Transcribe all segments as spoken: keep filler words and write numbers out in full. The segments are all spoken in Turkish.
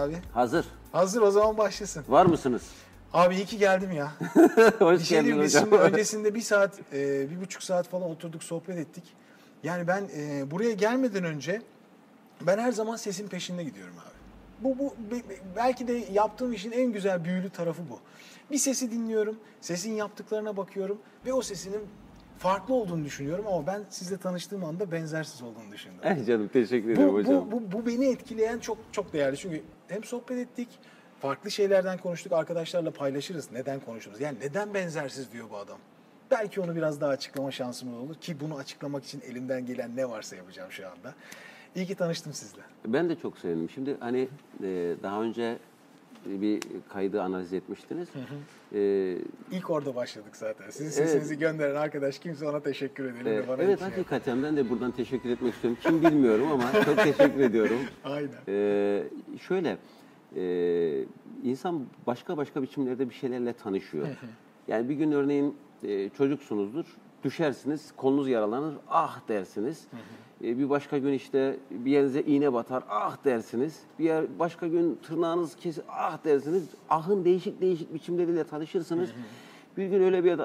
abi? Hazır. Hazır, o zaman başlasın. Var mısınız? Abi iyi ki geldim ya. Hoş Bir şey geldin diyeyim, biz hocam. şimdi öncesinde bir saat, e, bir buçuk saat falan oturduk, sohbet ettik. Yani ben e, buraya gelmeden önce ben her zaman sesin peşinde gidiyorum abi. Bu, bu belki de yaptığım işin en güzel büyülü tarafı bu. Bir sesi dinliyorum, sesin yaptıklarına bakıyorum ve o sesinin farklı olduğunu düşünüyorum ama ben sizle tanıştığım anda benzersiz olduğunu düşündüm. Eh canım, teşekkür ederim Bu, hocam. bu, bu, bu beni etkileyen çok çok değerli. Çünkü hem sohbet ettik, farklı şeylerden konuştuk, arkadaşlarla paylaşırız. Neden konuşuruz? Yani neden benzersiz diyor bu adam. Belki onu biraz daha açıklama şansımız olur ki bunu açıklamak için elimden gelen ne varsa yapacağım şu anda. İyi ki tanıştım sizle. Ben de çok sevindim. Şimdi hani e, daha önce bir kaydı analiz etmiştiniz. Hı hı. E, İlk orada başladık zaten. Sizin sesinizi evet. gönderen arkadaş kimse, ona teşekkür edelim. E, bana evet, hakikaten ben de buradan teşekkür etmek istiyorum. Kim bilmiyorum ama çok teşekkür ediyorum. Aynen. E, şöyle, e, insan başka başka biçimlerde bir şeylerle tanışıyor. Hı hı. Yani bir gün örneğin e, çocuksunuzdur. Düşersiniz, kolunuz yaralanır, ah dersiniz. Hı hı. Ee, bir başka gün işte bir yerinize iğne batar, ah dersiniz. Bir yer, başka gün tırnağınız kesir, ah dersiniz. Ahın değişik değişik biçimleriyle tanışırsınız. Hı hı. Bir gün öyle bir yerde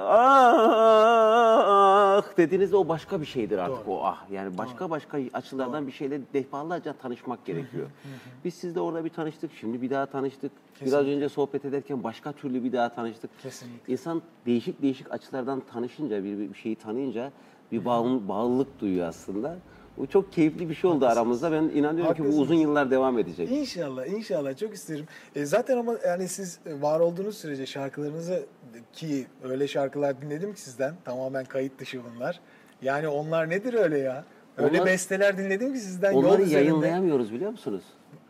ah dediğinizde o başka bir şeydir artık. Doğru. O ah. Yani başka Doğru. başka açılardan Doğru. bir şeyle defalarca tanışmak gerekiyor. Hı hı. Hı hı. Biz sizle orada bir tanıştık, şimdi bir daha tanıştık. Kesinlikle. Biraz önce sohbet ederken başka türlü bir daha tanıştık. Kesinlikle. İnsan değişik değişik açılardan tanışınca, bir, bir şeyi tanıyınca bir bağım, bağlılık duyuyor aslında. Bu çok keyifli bir şey oldu Haklısınız. aramızda. Ben inanıyorum Haklısınız. ki bu uzun yıllar devam edecek. İnşallah, inşallah. Çok isterim. E, zaten ama yani siz var olduğunuz sürece şarkılarınızı, ki öyle şarkılar dinledim ki sizden, tamamen kayıt dışı bunlar. Yani onlar nedir öyle ya? Öyle onlar, besteler dinledim ki sizden. Onları yayınlayamıyoruz biliyor musunuz?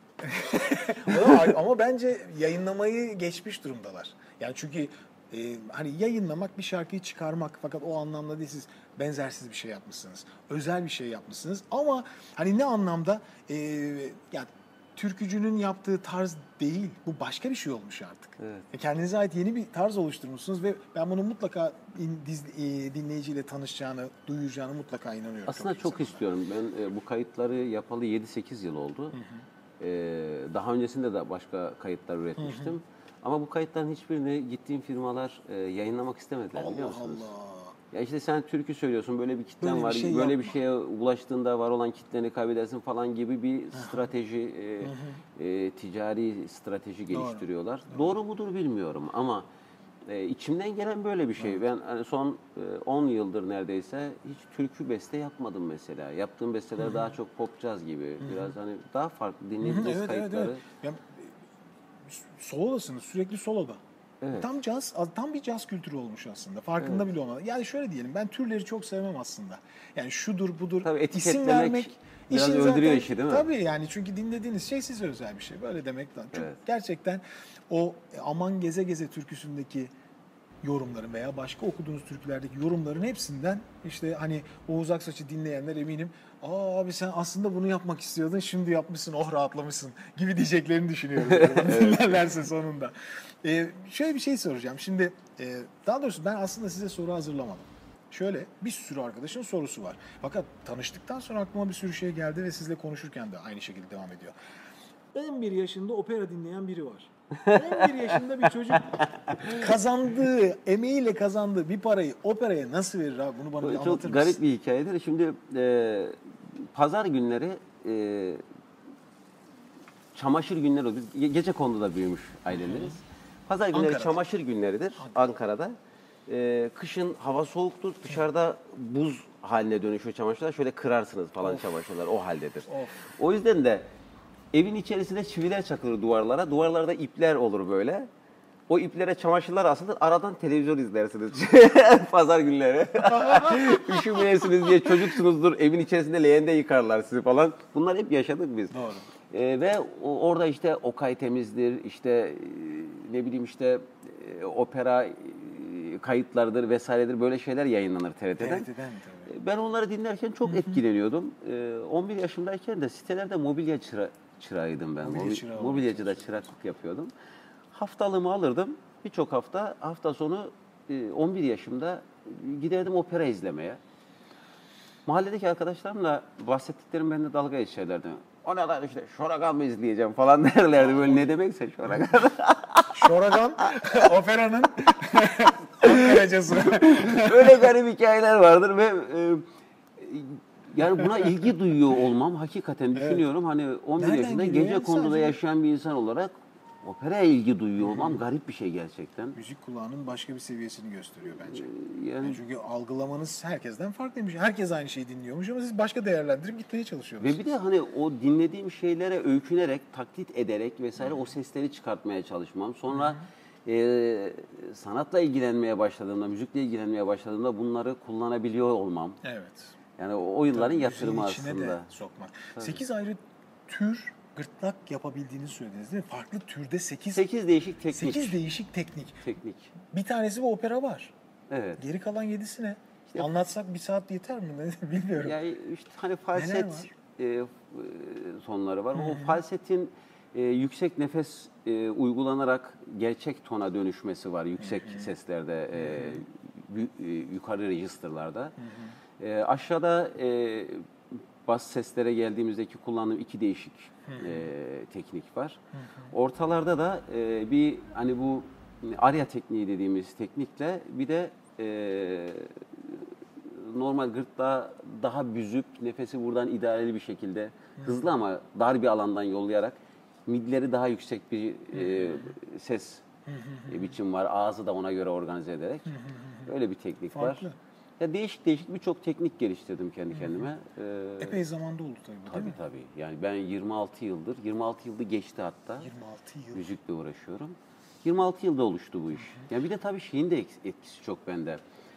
Ama bence yayınlamayı geçmiş durumdalar. Yani çünkü e, hani yayınlamak bir şarkıyı çıkarmak, fakat o anlamda değil, siz benzersiz bir şey yapmışsınız. Özel bir şey yapmışsınız ama hani ne anlamda e, yani türkücünün yaptığı tarz değil, bu başka bir şey olmuş artık. Evet. E, kendinize ait yeni bir tarz oluşturmuşsunuz ve ben bunu mutlaka in, diz, e, dinleyiciyle tanışacağını, duyacağını mutlaka inanıyorum. Aslında çok, çok istiyorum. Ben e, bu kayıtları yapalı yedi sekiz yıl oldu. Hı hı. E, daha öncesinde de başka kayıtlar üretmiştim. Hı hı. Ama bu kayıtların hiçbirini gittiğim firmalar e, yayınlamak istemediler, Allah biliyor musunuz? Allah. Ya işte sen türkü söylüyorsun, böyle bir kitlen böyle var, bir şey böyle yapma. bir şeye ulaştığında var olan kitleni kaybedersin falan gibi bir strateji, e, e, ticari strateji geliştiriyorlar. Doğru, Doğru mudur bilmiyorum ama e, içimden gelen böyle bir şey. Evet. Ben hani son on e, yıldır neredeyse hiç türkü beste yapmadım mesela. Yaptığım besteler Hı-hı. daha çok pop caz gibi, Hı-hı. biraz hani daha farklı dinlediğiniz evet, kayıtları. Evet, evet. Ya, soladasınız, sürekli soloda. Evet. Tam caz, tam bir caz kültürü olmuş aslında. Farkında evet. bile olmadan. Yani şöyle diyelim, ben türleri çok sevmem aslında. Yani şudur budur, tabii isim vermek biraz işin öldürüyor zaten, işi değil mi? Tabii yani, çünkü dinlediğiniz şey size özel bir şey. Böyle demekten. Çok evet. gerçekten o Aman Geze Geze türküsündeki yorumların veya başka okuduğunuz türkülerdeki yorumların hepsinden işte hani Oğuz Aksaç'ı dinleyenler eminim, aa abi sen aslında bunu yapmak istiyordun, şimdi yapmışsın, oh rahatlamışsın gibi diyeceklerini düşünüyorum. Dinlerlerse sonunda. Ee, şöyle bir şey soracağım. Şimdi e, daha doğrusu ben aslında size soru hazırlamadım. Şöyle, bir sürü arkadaşın sorusu var. Fakat tanıştıktan sonra aklıma bir sürü şey geldi ve sizle konuşurken de aynı şekilde devam ediyor. on bir yaşında opera dinleyen biri var. on bir yaşında bir çocuk kazandığı, emeğiyle kazandığı bir parayı operaya nasıl verir abi? Bunu bana bir anlatır mısın? Çok garip bir hikayedir. Şimdi e, pazar günleri e, çamaşır günleri olur. Gecekondu'da büyümüş aileleriz. Pazar günleri Ankara'da. çamaşır günleridir Ankara. Ankara'da. E, kışın hava soğuktur. Dışarıda buz haline dönüşüyor çamaşırlar. Şöyle kırarsınız falan of. çamaşırlar. O haldedir. Of. O yüzden de evin içerisinde çiviler çakılır duvarlara. Duvarlarda ipler olur böyle. O iplere çamaşırlar asılır. Aradan televizyon izlersiniz. Pazar günleri. Üşümeyesiniz diye, çocuksunuzdur. Evin içerisinde leğende yıkarlar sizi falan. Bunlar hep yaşadık biz. Doğru. Ee, ve orada işte Okay Temiz'dir, işte ne bileyim işte opera kayıtlardır vesairedir, böyle şeyler yayınlanır T R T'den. T R T'den tabii. Ben onları dinlerken çok etkileniyordum. on bir yaşındayken de sitelerde mobilya çıra çırağıydım ben. Mobilya çırağı Mobilyacıda çıraklık yapıyordum. Haftalığımı alırdım. Birçok hafta, hafta sonu on bir yaşımda giderdim opera izlemeye. Mahalledeki arkadaşlarımla bahsettiklerim benimle dalga geçerlerdi. O ne lan işte Şoragan mı izleyeceğim falan derlerdi. Böyle ne demekse Şoragan. Şoragan operanın Ankaracası. Öyle garip hikayeler vardır ve e, yani buna ilgi duyuyor olmam hakikaten düşünüyorum. Evet. Hani on bir Nereden yaşında geliyor gece yani konuda sadece? yaşayan bir insan olarak operaya ilgi duyuyor olmam garip bir şey gerçekten. Müzik kulağının başka bir seviyesini gösteriyor bence. Yani, yani çünkü algılamanız herkesten farklıymış. Herkes aynı şeyi dinliyormuş ama siz başka değerlendirip gitmeye çalışıyorsunuz. Ve bir de hani o dinlediğim şeylere öykünerek, taklit ederek vesaire o sesleri çıkartmaya çalışmam. Sonra e, sanatla ilgilenmeye başladığımda, müzikle ilgilenmeye başladığımda bunları kullanabiliyor olmam. Evet. Yani o, o yılların Tabii yatırımı müziğin içine aslında. de sokmak. sekiz ayrı tür gırtlak yapabildiğinizi söylediniz değil mi? Farklı türde sekiz sekiz değişik teknik. sekiz değişik teknik. Teknik. Bir tanesi bu opera var. Evet. Geri kalan yedisi ne? İşte, Anlatsak bir saat yeter mi? Bilmiyorum. Yani işte hani falset e, sonları var. Hı-hı. O falsetin e, yüksek nefes e, uygulanarak gerçek tona dönüşmesi var yüksek Hı-hı. seslerde, e, y- yukarı registerlarda. E, aşağıda e, bas seslere geldiğimizdeki kullandığım iki değişik e, teknik var. Hı-hı. Ortalarda da e, bir hani bu arya tekniği dediğimiz teknikle bir de e, normal gırtlağı daha büzüp nefesi buradan idareli bir şekilde hızlı ama dar bir alandan yollayarak midleri daha yüksek bir e, ses e, biçim var. Ağzı da ona göre organize ederek. Öyle bir teknik Farklı. var. Ya değişik değişik birçok teknik geliştirdim kendi kendime. Ee, Epey zamanda oldu tabii bu tabii, değil mi? Tabii tabii. Yani ben yirmi altı yıldır, yirmi altı yılda geçti hatta. yirmi altı yıl. Müzikle uğraşıyorum. yirmi altı yılda oluştu bu iş. Yani bir de tabii şeyin de etkisi çok bende.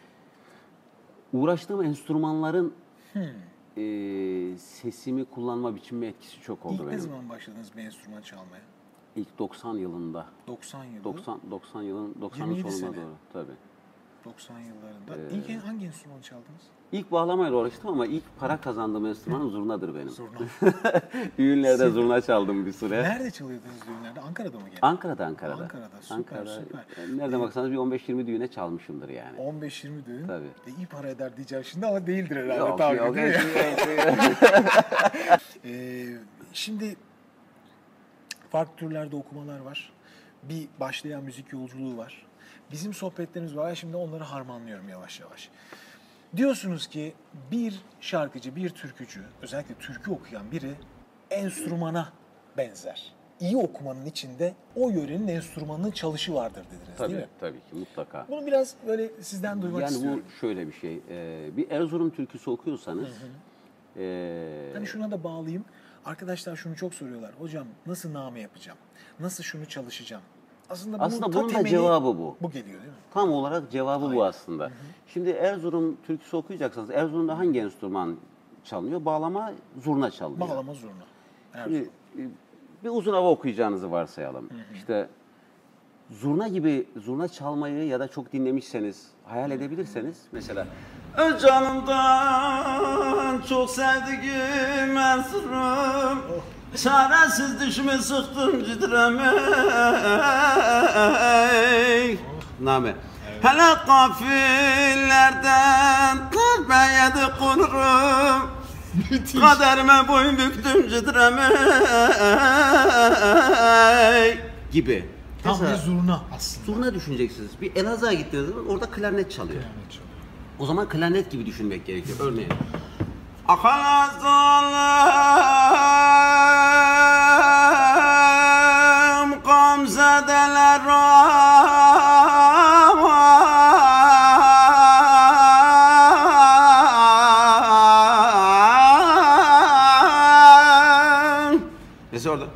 Uğraştığım enstrümanların hmm. e, sesimi kullanma biçimi etkisi çok oldu İlk benim. ne zaman başladınız bir enstrüman çalmaya? İlk doksan yılında. doksan yılı? doksan, doksan yılın doksanın sonuna sene. doğru tabii. doksan yıllarında. Ee, ilk hangi enstrümanı çaldınız? İlk bağlamayla uğraştım ama ilk para kazandığım enstrümanım zurnadır benim. Zurna. Düğünlerde zurna çaldım bir süre. Nerede çalıyordunuz düğünlerde? Ankara'da mı geldi? Ankara'da, Ankara'da. Ankara'da, süper Ankara'da, süper. Yani nerede baksanız bir on beş yirmi düğüne çalmışımdır yani. on beş yirmi düğün? Tabii. E, iyi para eder diyeceğim şimdi ama değildir herhalde. Yok, tabii, yok. Değil yok, yok. ee, şimdi farklı türlerde okumalar var. Bir başlayan müzik yolculuğu var. Bizim sohbetlerimiz var. Şimdi onları harmanlıyorum yavaş yavaş. Diyorsunuz ki bir şarkıcı, bir türkücü, özellikle türkü okuyan biri enstrümana benzer. İyi okumanın içinde o yörenin enstrümanının çalışı vardır dediniz tabii, değil mi? Tabii ki mutlaka. Bunu biraz böyle sizden duymak yani istiyorum. Yani bu şöyle bir şey. E, bir Erzurum türküsü okuyorsanız... Hı hı. E, hani şuna da bağlayayım. Arkadaşlar şunu çok soruyorlar. Hocam nasıl name yapacağım? Nasıl şunu çalışacağım? Aslında, aslında bunun da cevabı bu. Bu geliyor değil mi? Tam olarak cevabı Aynen. bu aslında. Hı hı. Şimdi Erzurum türküsü okuyacaksanız Erzurum'da hangi enstrüman çalınıyor? Bağlama, zurna çalınıyor. Bağlama, zurna. Şimdi, bir uzun hava okuyacağınızı varsayalım. Hı hı. İşte zurna gibi zurna çalmayı ya da çok dinlemişseniz, hayal edebilirseniz mesela öz canımdan çok sevdiğim Erzurum oh. Çaresiz düşme sıktım cidreme oh. Name evet. Hele kafillerden kalbeye de kururum kaderime boyun büktüm cidreme gibi. Tam bir zurna aslında. Zurna düşüneceksiniz. Bir Elazığ'a gittiğiniz zaman orada klarnet çalıyor. Klarnet çalıyor. O zaman klarnet gibi düşünmek gerekiyor. Örneğin. Akalazalım gamzedeler mesela orada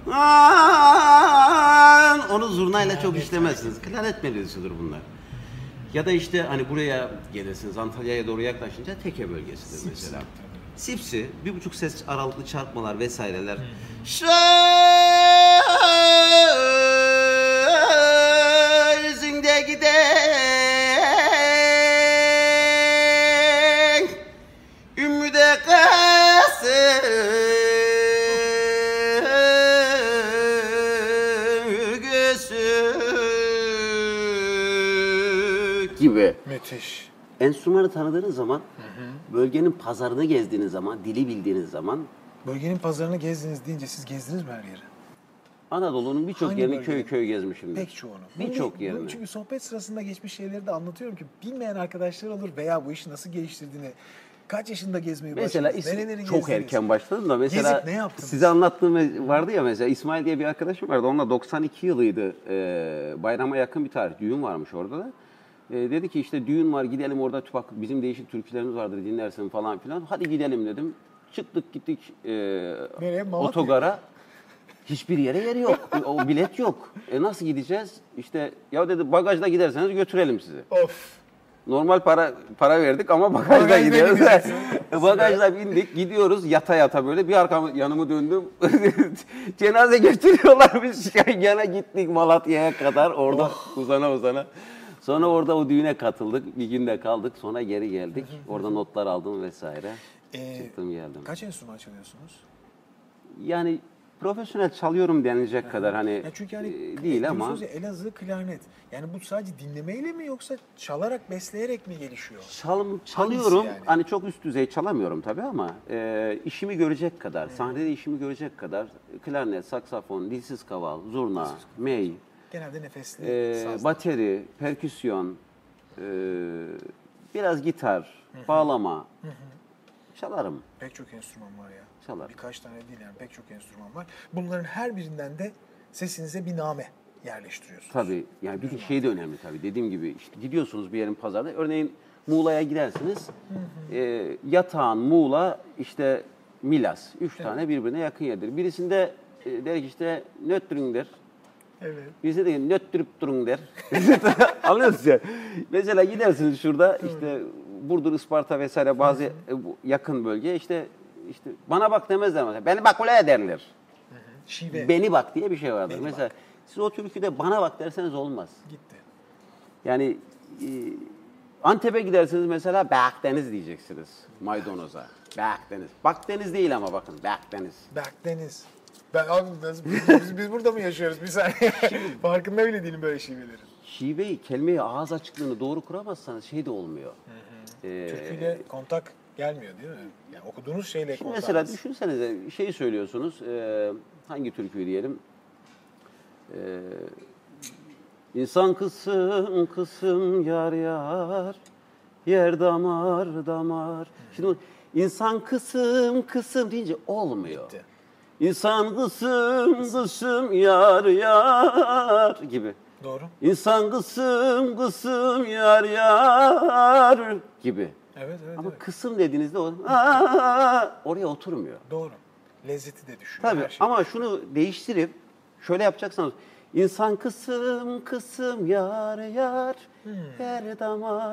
onu zurnayla çok işlemezsiniz. Klarnet melodisidir bunlar. Ya da işte hani buraya gelirsiniz, Antalya'ya doğru yaklaşınca Teke bölgesidir mesela. Sipsi, bir buçuk ses aralıklı çarpmalar vesaireler. Sözünde giden ümmüde kalsın gibi. Müthiş. Enstrümanı tanıdığınız zaman, hı hı. bölgenin pazarını gezdiğiniz zaman, dili bildiğiniz zaman Bölgenin pazarını gezdiniz deyince siz gezdiniz mi her yeri? Anadolu'nun birçok Hangi yerini bölgenin? köy köy gezmişimdir. Pek çoğunu. Birçok Bunu- yerini. Çünkü sohbet sırasında geçmiş şeyleri de anlatıyorum ki bilmeyen arkadaşlar olur veya bu işi nasıl geliştirdiğini, kaç yaşında gezmeyi Mesela başladınız, is- nereleri çok gezdiniz? erken başladım da mesela Gezip ne yaptınız? size anlattığım vardı ya, mesela İsmail diye bir arkadaşım vardı. Onunla doksan iki yılıydı. Ee, bayrama yakın bir tarih. Düğün varmış orada da. Ee, dedi ki işte düğün var, gidelim orada, bak bizim değişik türkülerimiz vardır, dinlersin falan filan. Hadi gidelim dedim. Çıktık gittik e, Nereye? Malatya'ya. otogara. Hiçbir yere yer yok. O bilet yok. E nasıl gideceğiz? İşte ya dedi, bagajda giderseniz götürelim sizi. Of. Normal para para verdik ama bagajda Bagajda gidiyoruz. gidiyorsun. Bagajda bindik, gidiyoruz yata yata böyle. Bir arkamı yanımı döndüm. Cenaze götürüyorlar, biz yana gittik Malatya'ya kadar orada Oh. uzana uzana. Sonra orada o düğüne katıldık. Bir günde kaldık. Sonra geri geldik. Orada notlar aldım vesaire. Ee, Çıktım geldim. Kaç enstrüman çalıyorsunuz? Yani profesyonel çalıyorum denilecek kadar hani Ya çünkü hani e, değil ama diyorsunuz ya, Elazığ klarnet. Yani bu sadece dinlemeyle mi yoksa çalarak, besleyerek mi gelişiyor? Çalım, çalıyorum. yani? Hani çok üst düzey çalamıyorum tabii ama e, işimi görecek kadar, sahnede işimi görecek kadar klarnet, saksafon, dilsiz kaval, zurna, mey, Genelde nefesli e, sazlar. bateri, perküsyon, e, biraz gitar, bağlama çalarım. Pek çok enstrüman var ya. Çalar. Birkaç tane değil yani, pek çok enstrüman var. Bunların her birinden de sesinize bir name yerleştiriyorsunuz. Tabii yani bir de şey de önemli tabii. Dediğim gibi işte gidiyorsunuz bir yerin pazarda. Örneğin Muğla'ya gidersiniz. E, Yatağan, Muğla, işte Milas. Üç tane birbirine yakın yerdir. Birisinde e, der ki işte nötrün der. Evet. Birisi de nötrüp durun der. Anlıyor musunuz ya? Mesela gidersiniz şurada işte Burdur, Isparta vesaire bazı e, bu yakın bölge işte işte bana bak demezler mesela. Beni bak olaya derler. Şive. Beni bak diye bir şey vardır. Beni Mesela siz o türküde bana bak derseniz olmaz. Gitti. Yani e, Antep'e gidersiniz mesela Bakdeniz diyeceksiniz maydanoza. Bakdeniz. Bakdeniz değil ama bakın Bakdeniz. Berkdeniz. Ben abi nasıl, biz, biz burada mı yaşıyoruz bir saniye? Farkında bile değilim böyle şivelerin. Şiveyi, kelimeyi ağız açıklığını doğru kuramazsanız şey de olmuyor. Ee, Türküyle kontak gelmiyor değil mi? Yani okuduğunuz şeyle Şimdi kontak. mesela düşünsenize şeyi söylüyorsunuz. E, hangi türküyü diyelim? E, İnsan kısım kısım yar yar, yer damar damar. Şimdi o insan kısım kısım deyince olmuyor. Bitti. İnsan kısım kısım yar yar gibi. Doğru. İnsan kısım kısım yar yar gibi. Evet evet. Ama evet. kısım dediğinizde o "Aa!" oraya oturmuyor. Doğru. Lezzeti de düşüyor. Tabii her şey ama düşüyor. şunu değiştirip şöyle yapacaksanız insan kısım kısım yar yar Hmm. yer damar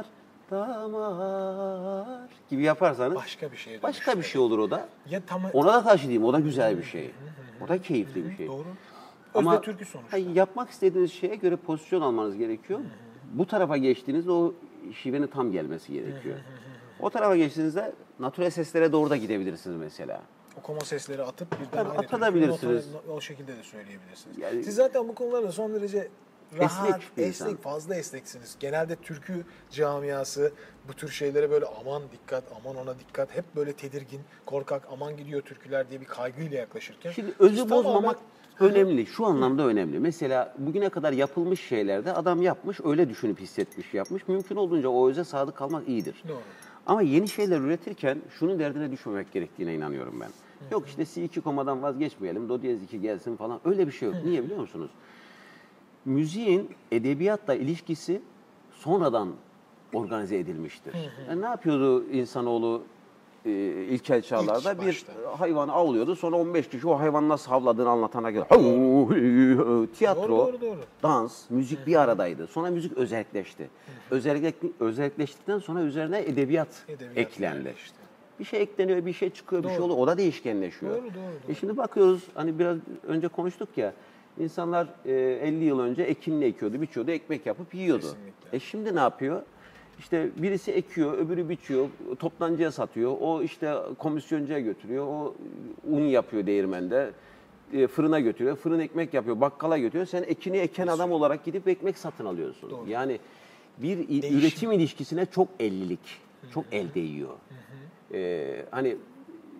damar gibi yaparsanız Başka bir şeye başka dönüşüyor. bir şey olur o da. Ya tam Ona da taşıyayım. O da güzel bir şey. O da keyifli bir şey. doğru. Ama Özde türkü sonuçta. hayır, yapmak istediğiniz şeye göre pozisyon almanız gerekiyor. Bu tarafa geçtiğinizde o şivenin tam gelmesi gerekiyor. O tarafa geçtiğinizde natürel seslere doğru da gidebilirsiniz mesela. O koma sesleri atıp birden Tabii, aynı atabilirsiniz. türküyü o, o şekilde de söyleyebilirsiniz. Yani- Siz zaten bu konularda son derece rahat, Esnek bir esnek, insan. fazla esneksiniz. Genelde türkü camiası bu tür şeylere böyle aman dikkat, aman ona dikkat, hep böyle tedirgin, korkak, aman gidiyor türküler diye bir kaygıyla yaklaşırken. Şimdi özü siz tamamen- bozmamak önemli. Şu anlamda önemli. Mesela bugüne kadar yapılmış şeylerde adam yapmış, öyle düşünüp hissetmiş, yapmış. Mümkün olduğunca o öze sadık kalmak iyidir. Doğru. Ama yeni şeyler üretirken şunun derdine düşmemek gerektiğine inanıyorum ben. Yok işte si iki komadan vazgeçmeyelim, do diyez iki gelsin falan. Öyle bir şey yok. Niye biliyor musunuz? Müziğin edebiyatla ilişkisi sonradan organize edilmiştir. Yani ne yapıyordu insanoğlu e, ilkel çağlarda? İlk Bir başta. hayvanı avlıyordu. Sonra on beş kişi o hayvanın nasıl havladığını anlatana kadar. Tiyatro, Doğru, doğru, doğru. dans, müzik bir aradaydı. Sonra müzik özelleşti. Özellikle, özelleştikten sonra üzerine edebiyat, Edebiyat eklendi. yerleşti. Bir şey ekleniyor, bir şey çıkıyor, bir şey Doğru. oluyor. O da değişkenleşiyor. Doğru, doğru, doğru. E şimdi bakıyoruz, hani biraz önce konuştuk ya, insanlar e, elli yıl önce ekinle ekiyordu, biçiyordu, ekmek yapıp yiyordu. Kesinlikle. E şimdi ne yapıyor? İşte birisi ekiyor, öbürü biçiyor, toptancıya satıyor, o işte komisyoncuya götürüyor, o un yapıyor değirmende, e, fırına götürüyor, fırın ekmek yapıyor, bakkala götürüyor. Sen ekini eken adam olarak gidip ekmek satın alıyorsun. Doğru. Yani bir i- Değişim. üretim ilişkisine çok ellilik, çok el değiyor. Ee, hani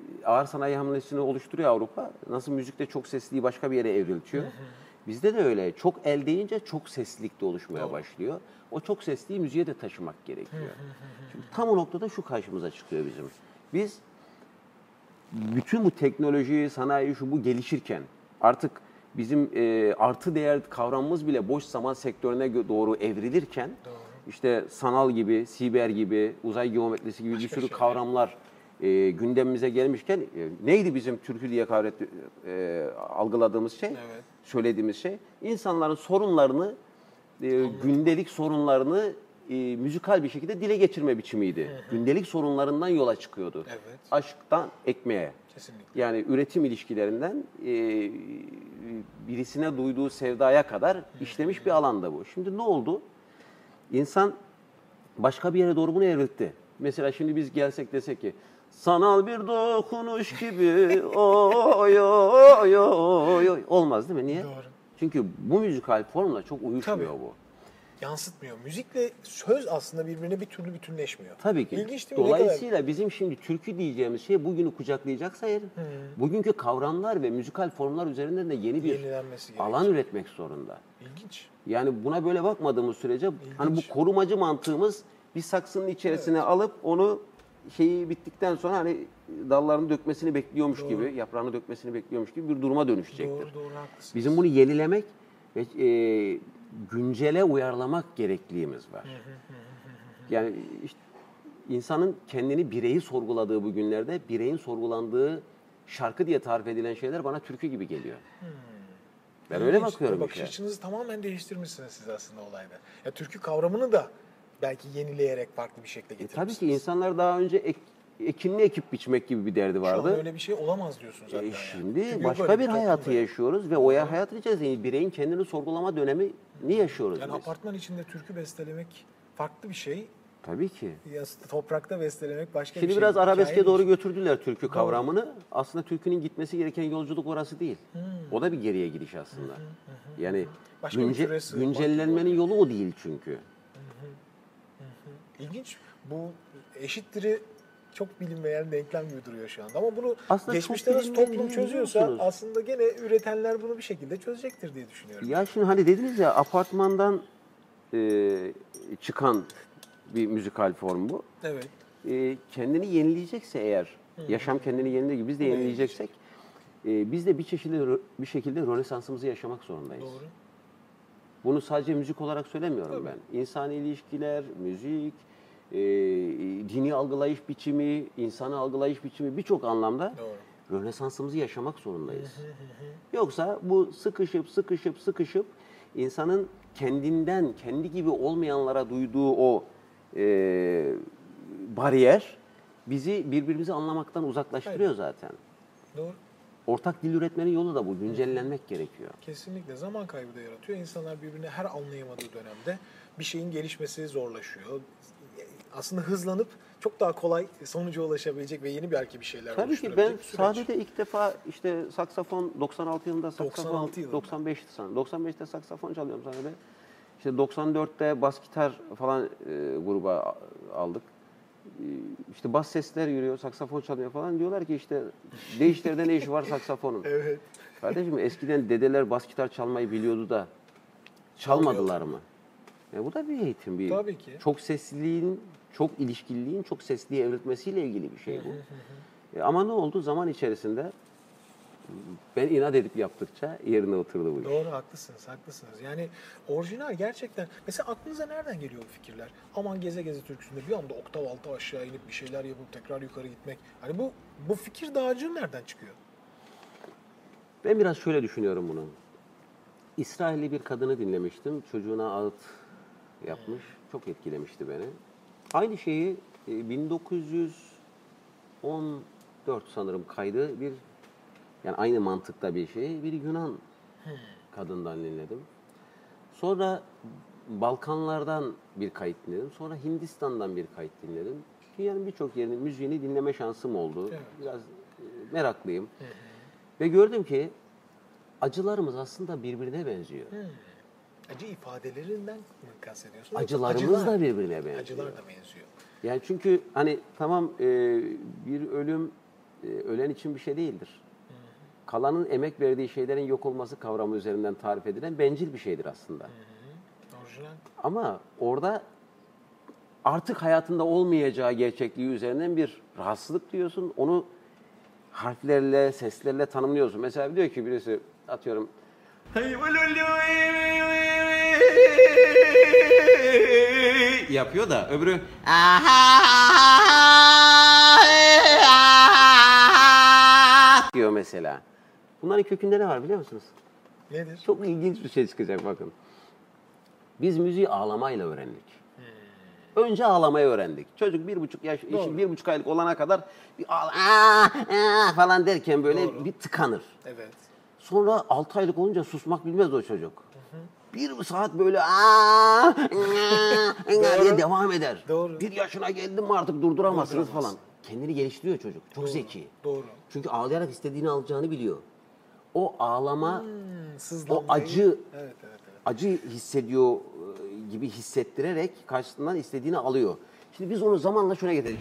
ağır sanayi hamlesini oluşturuyor Avrupa. Nasıl müzikte çok sesliyi başka bir yere evriltiyor. Hı hı. Bizde de öyle. Çok el deyince çok seslilik de oluşmaya Doğru. başlıyor. O çok sesliyi müziğe de taşımak gerekiyor. Hı hı hı. Şimdi tam o noktada şu karşımıza çıkıyor bizim. Biz bütün bu teknoloji, sanayi, şu bu gelişirken artık bizim e, artı değer kavramımız bile boş zaman sektörüne doğru evrilirken Doğru. işte sanal gibi, siber gibi, uzay geometrisi gibi Başka bir sürü şey kavramlar e, gündemimize gelmişken e, neydi bizim türkü diye kavret, e, algıladığımız şey, evet. söylediğimiz şey? İnsanların sorunlarını, e, gündelik sorunlarını e, müzikal bir şekilde dile getirme biçimiydi. Hı hı. Gündelik sorunlarından yola çıkıyordu. Evet. Aşktan ekmeğe. Kesinlikle. Yani üretim ilişkilerinden e, birisine duyduğu sevdaya kadar işlemiş bir alanda bu. Şimdi ne oldu? İnsan başka bir yere doğru bunu evriltti. Mesela şimdi biz gelsek desek ki sanal bir dokunuş gibi oy oy oy oy olmaz değil mi? Niye? Doğru. Çünkü bu müzikal formla çok uyuşmuyor Tabii. bu. Yansıtmıyor. Müzikle söz aslında birbirine bir türlü bütünleşmiyor. Tabii ki. İlginç değil mi? Dolayısıyla bizim şimdi türkü diyeceğimiz şey bugünü kucaklayacaksa eğer, hmm. bugünkü kavramlar ve müzikal formlar üzerinden de yeni bir alan üretmek zorunda. İlginç. Yani buna böyle bakmadığımız sürece İlginç. hani bu korumacı mantığımız bir saksının içerisine evet. alıp onu şeyi bittikten sonra hani dallarını dökmesini bekliyormuş doğru. gibi, yaprağını dökmesini bekliyormuş gibi bir duruma dönüşecektir. Doğru, doğru, haklısınız. Bizim bunu yenilemek ve e, güncele uyarlamak gerekliliğimiz var. Yani işte insanın kendini bireyi sorguladığı bu günlerde bireyin sorgulandığı şarkı diye tarif edilen şeyler bana türkü gibi geliyor. Hmm. Ben öyle bakıyorum. Bakış açınızı tamamen değiştirmişsiniz siz aslında olayda. Ya türkü kavramını da belki yenileyerek farklı bir şekilde getirmişsiniz. E, tabii ki insanlar daha önce ek, ekinli ekip biçmek gibi bir derdi vardı. Şu an öyle bir şey olamaz diyorsunuz zaten. E, şimdi yani. başka bir hayatı yaşıyoruz ve o ya hayat içerisinde bireyin kendini sorgulama dönemini yaşıyoruz Yani biz. apartman içinde türkü bestelemek farklı bir şey. Tabii ki. Ya toprakta bestelemek başka Şimdi bir şey. Şimdi biraz arabeske doğru için. götürdüler türkü Doğru. kavramını. Aslında türkünün gitmesi gereken yolculuk orası değil. Hmm. O da bir geriye gidiş aslında. Hmm. Hmm. Yani günce, güncellenmenin yolu o değil çünkü. Hmm. Hmm. İlginç. Bu eşittir'i çok bilinmeyen denklem gibi duruyor şu anda. Ama bunu aslında geçmişte nasıl toplum çözüyorsa aslında gene üretenler bunu bir şekilde çözecektir diye düşünüyorum. Ya şimdi hani dediniz ya apartmandan e, çıkan bir müzikal form bu. Evet. E, kendini yenileyecekse eğer, Hı. yaşam kendini yenilediği gibi biz de Hı. yenileyeceksek e, biz de bir şekilde bir şekilde Rönesans'ımızı yaşamak zorundayız. Doğru. Bunu sadece müzik olarak söylemiyorum Tabii. ben. İnsani ilişkiler, müzik, e, dini algılayış biçimi, insanı algılayış biçimi birçok anlamda Doğru. Rönesans'ımızı yaşamak zorundayız. Yoksa bu sıkışıp sıkışıp sıkışıp insanın kendinden, kendi gibi olmayanlara duyduğu o e, bariyer bizi birbirimizi anlamaktan uzaklaştırıyor Hayır. zaten. Doğru. Ortak dil üretmenin yolu da bu. Güncellenmek gerekiyor. Kesinlikle. Zaman kaybı da yaratıyor. İnsanlar birbirini her anlayamadığı dönemde bir şeyin gelişmesi zorlaşıyor. Aslında hızlanıp çok daha kolay sonuca ulaşabilecek ve yeni belki bir şeyler Tabii oluşturabilecek bir süreç. Tabii ki ben sahnede ilk defa işte saksafon doksan altı yılında saksafon doksan altı yılında. doksan beşti sanırım. doksan beşte saksafon çalıyorum sahnede. İşte doksan dörtte bas gitar falan e, gruba aldık. E, işte bas sesler yürüyor, saksafon çalıyor falan. Diyorlar ki işte değiştirde ne işi var saksafonun? Evet. Kardeşim eskiden dedeler bas gitar çalmayı biliyordu da çalmadılar mı? Yani bu da bir eğitim. Bir, Tabii ki. Çok sesliliğin, çok ilişkililiğin çok sesliye evrilmesiyle ilgili bir şey bu. e, ama ne oldu? Zaman içerisinde ben inat edip yaptıkça yerine oturdu bu iş. Doğru, haklısınız, haklısınız. Yani orijinal gerçekten. Mesela aklınıza nereden geliyor bu fikirler? Aman geze geze türküsünde bir anda oktav altı aşağı inip bir şeyler yapıp tekrar yukarı gitmek. Hani bu bu fikir dağarcığı nereden çıkıyor? Ben biraz şöyle düşünüyorum bunu. İsrailli bir kadını dinlemiştim. Çocuğuna ağıt yapmış. Çok etkilemişti beni. Aynı şeyi bin dokuz yüz on dört sanırım kaydı bir yani aynı mantıkta bir şey bir Yunan hmm. kadından dinledim. Sonra Balkanlardan bir kayıt dinledim. Sonra Hindistan'dan bir kayıt dinledim. Yani birçok yerin müziğini dinleme şansım oldu. Evet. Biraz meraklıyım. Hı hı. Ve gördüm ki acılarımız aslında birbirine benziyor. Hmm. Acı ifadelerinden mi kastediyorsunuz? Acılarımız Acılar. da birbirine benziyor. Acılar da benziyor. Yani çünkü hani tamam e, bir ölüm e, ölen için bir şey değildir. Kalanın emek verdiği şeylerin yok olması kavramı üzerinden tarif edilen bencil bir şeydir aslında. Hı hı. Orijinal. Ama orada artık hayatında olmayacağı gerçekliği üzerinden bir rahatsızlık diyorsun. Onu harflerle, seslerle tanımlıyorsun. Mesela diyor ki birisi, atıyorum, yapıyor da öbürü diyor mesela. Bunların kökünde ne var biliyor musunuz? Nedir? Çok ilginç bir şey çıkacak bakın. Biz müziği ağlamayla öğrendik. Hmm. Önce ağlamayı öğrendik. Çocuk bir buçuk yaş, işi bir buçuk aylık olana kadar bir ağla, aa, aa falan derken böyle Doğru. bir tıkanır. Evet. Sonra altı aylık olunca susmak bilmez o çocuk. Hı hı. Bir saat böyle aa, aa, aa diye devam eder. Doğru. Bir yaşına geldin mi artık durduramazsınız falan. Kendini geliştiriyor çocuk. Çok Doğru. zeki. Doğru. Çünkü ağlayarak istediğini alacağını biliyor. O ağlama, hmm, o acı, evet, evet, evet. acı hissediyor gibi hissettirerek karşısından istediğini alıyor. Şimdi biz onu zamanla şuna getirdik.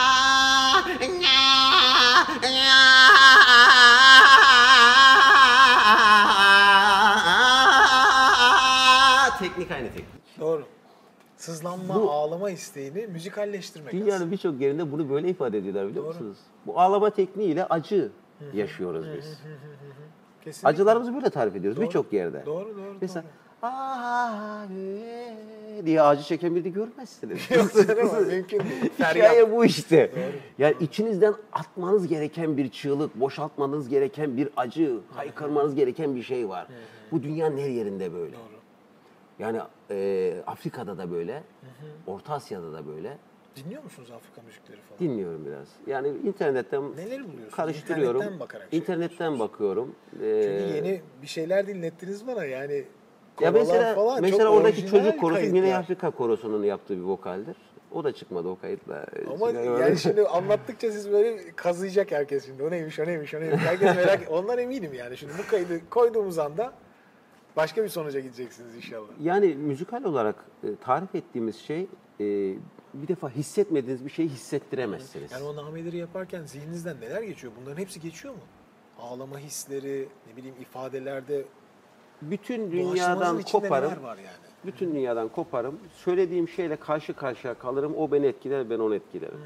Teknik aynı teknik. Doğru. Sızlanma, Bu, ağlama isteğini müzikalleştirmek. Dünyanın birçok yerinde bunu böyle ifade ediyorlar biliyor Doğru. musunuz? Bu ağlama tekniğiyle acı yaşıyoruz biz. Kesinlikle. Acılarımızı böyle tarif ediyoruz birçok yerde. Doğru, doğru. Mesela ah diye acı çeken birini görmezsiniz. Yok canım, mümkün değil. Hikaye bu işte. Doğru. Yani içinizden atmanız gereken bir çığlık, boşaltmanız gereken bir acı, haykırmanız gereken bir şey var. Bu dünyanın her yerinde böyle. Doğru. Yani e, Afrika'da da böyle, Orta Asya'da da böyle. Dinliyor musunuz Afrika müzikleri falan? Dinliyorum biraz. Yani internetten Neleri buluyorsunuz? karıştırıyorum. İnternetten bakarak şey İnternetten bakıyorum. Ee, Çünkü yeni bir şeyler dinlettiniz bana yani. Ya mesela falan mesela oradaki çocuk korosu Güney Afrika korosunun yaptığı bir vokaldir. O da çıkmadı o kayıtla. Ama yani şimdi anlattıkça siz böyle kazıyacak herkes şimdi. O neymiş, o neymiş, o neymiş. Herkes merak Ondan eminim yani. Şimdi bu kaydı koyduğumuz anda başka bir sonuca gideceksiniz inşallah. Yani müzikal olarak e, tarif ettiğimiz şey e, bir defa hissetmediğiniz bir şeyi hissettiremezsiniz. Yani o nameleri yaparken zihninizden neler geçiyor? Bunların hepsi geçiyor mu? Ağlama hisleri, ne bileyim ifadelerde bütün dünyadan koparım. Var yani. Bütün dünyadan koparım. Söylediğim şeyle karşı karşıya kalırım. O beni etkiler, ben onu etkilerim.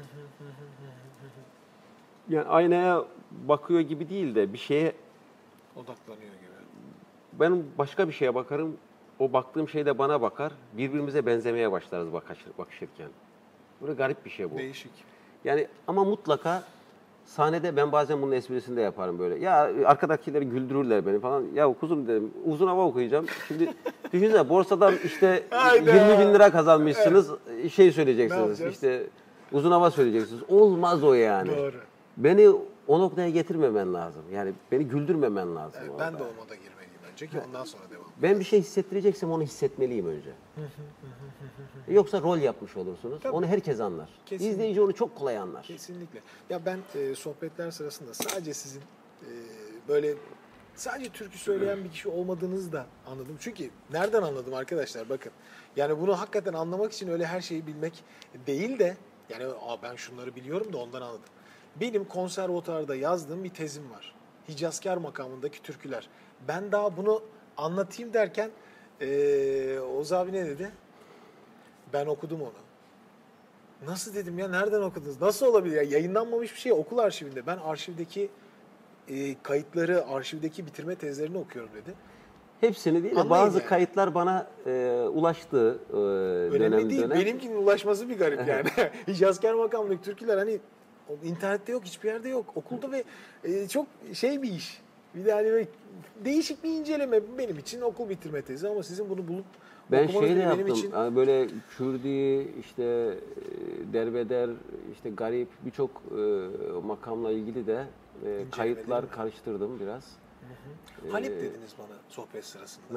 Yani aynaya bakıyor gibi değil de bir şeye odaklanıyor gibi. Ben başka bir şeye bakarım. O baktığım şey de bana bakar. Birbirimize benzemeye başlarız bakışırken. Böyle garip bir şey bu. Değişik. Yani ama mutlaka sahnede ben bazen bunun esprisini de yaparım böyle. Ya arkadakileri güldürürler beni falan. Ya kuzum dedim uzun hava okuyacağım. Şimdi düşünsene borsadan işte yirmi bin lira kazanmışsınız. Evet. Şey söyleyeceksiniz işte uzun hava söyleyeceksiniz. Olmaz o yani. Doğru. Beni o noktaya getirmemen lazım. Yani beni güldürmemen lazım. Evet, ben de o moda girmeliyim önce ki ondan sonra devam. Ben bir şey hissettireceksem onu hissetmeliyim önce. Yoksa rol yapmış olursunuz. Tabii. Onu herkes anlar. Kesinlikle. İzleyici onu çok kolay anlar. Kesinlikle. Ya ben e, sohbetler sırasında sadece sizin e, böyle sadece türkü söyleyen bir kişi olmadığınızı da anladım. Çünkü nereden anladım arkadaşlar bakın. Yani bunu hakikaten anlamak için öyle her şeyi bilmek değil de yani Aa, ben şunları biliyorum da ondan anladım. Benim konservatuarda yazdığım bir tezim var. Hicazkar makamındaki türküler. Ben daha bunu anlatayım derken ee, Oğuz abi ne dedi? Ben okudum onu. Nasıl dedim ya? Nereden okudunuz? Nasıl olabilir? Ya, yayınlanmamış bir şey okul arşivinde. Ben arşivdeki e, kayıtları, arşivdeki bitirme tezlerini okuyorum dedi. Hepsini değil de bazı yani. Kayıtlar bana e, ulaştı e, Önemli dönem değil. dönem. Benimkinin ulaşması bir garip yani. Hicazkar makamındaki türküler hani internette yok, hiçbir yerde yok. Okulda ve e, çok şey bir iş. Bir de hani böyle değişik bir inceleme benim için okul bitirme tezi ama sizin bunu bulup ben şey de yaptım. Için... Yani böyle Kürdi, işte derbeder, işte garip birçok e, makamla ilgili de e, kayıtlar karıştırdım biraz. Hı hı. Halep ee, dediniz bana sohbet sırasında. Nasıl?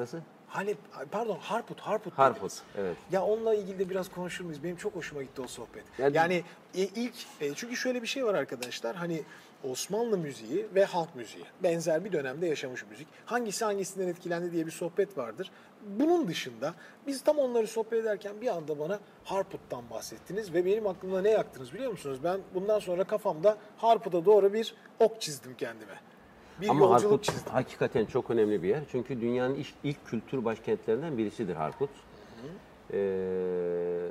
Halep, pardon Harput, Harput. Harput, dediniz. evet. Ya onunla ilgili de biraz konuşur muyuz? Benim çok hoşuma gitti o sohbet. Yani- Yani, e, ilk, e, çünkü şöyle bir şey var arkadaşlar. Hani Osmanlı müziği ve halk müziği benzer bir dönemde yaşamış müzik. Hangisi hangisinden etkilendi diye bir sohbet vardır. Bunun dışında biz tam onları sohbet ederken bir anda bana Harput'tan bahsettiniz ve benim aklımda ne yaktınız biliyor musunuz? Ben bundan sonra kafamda Harput'a doğru bir ok çizdim kendime. Bir Ama yolculuk Harput çizdim. hakikaten çok önemli bir yer. Çünkü dünyanın ilk, ilk kültür başkentlerinden birisidir Harput. Ee,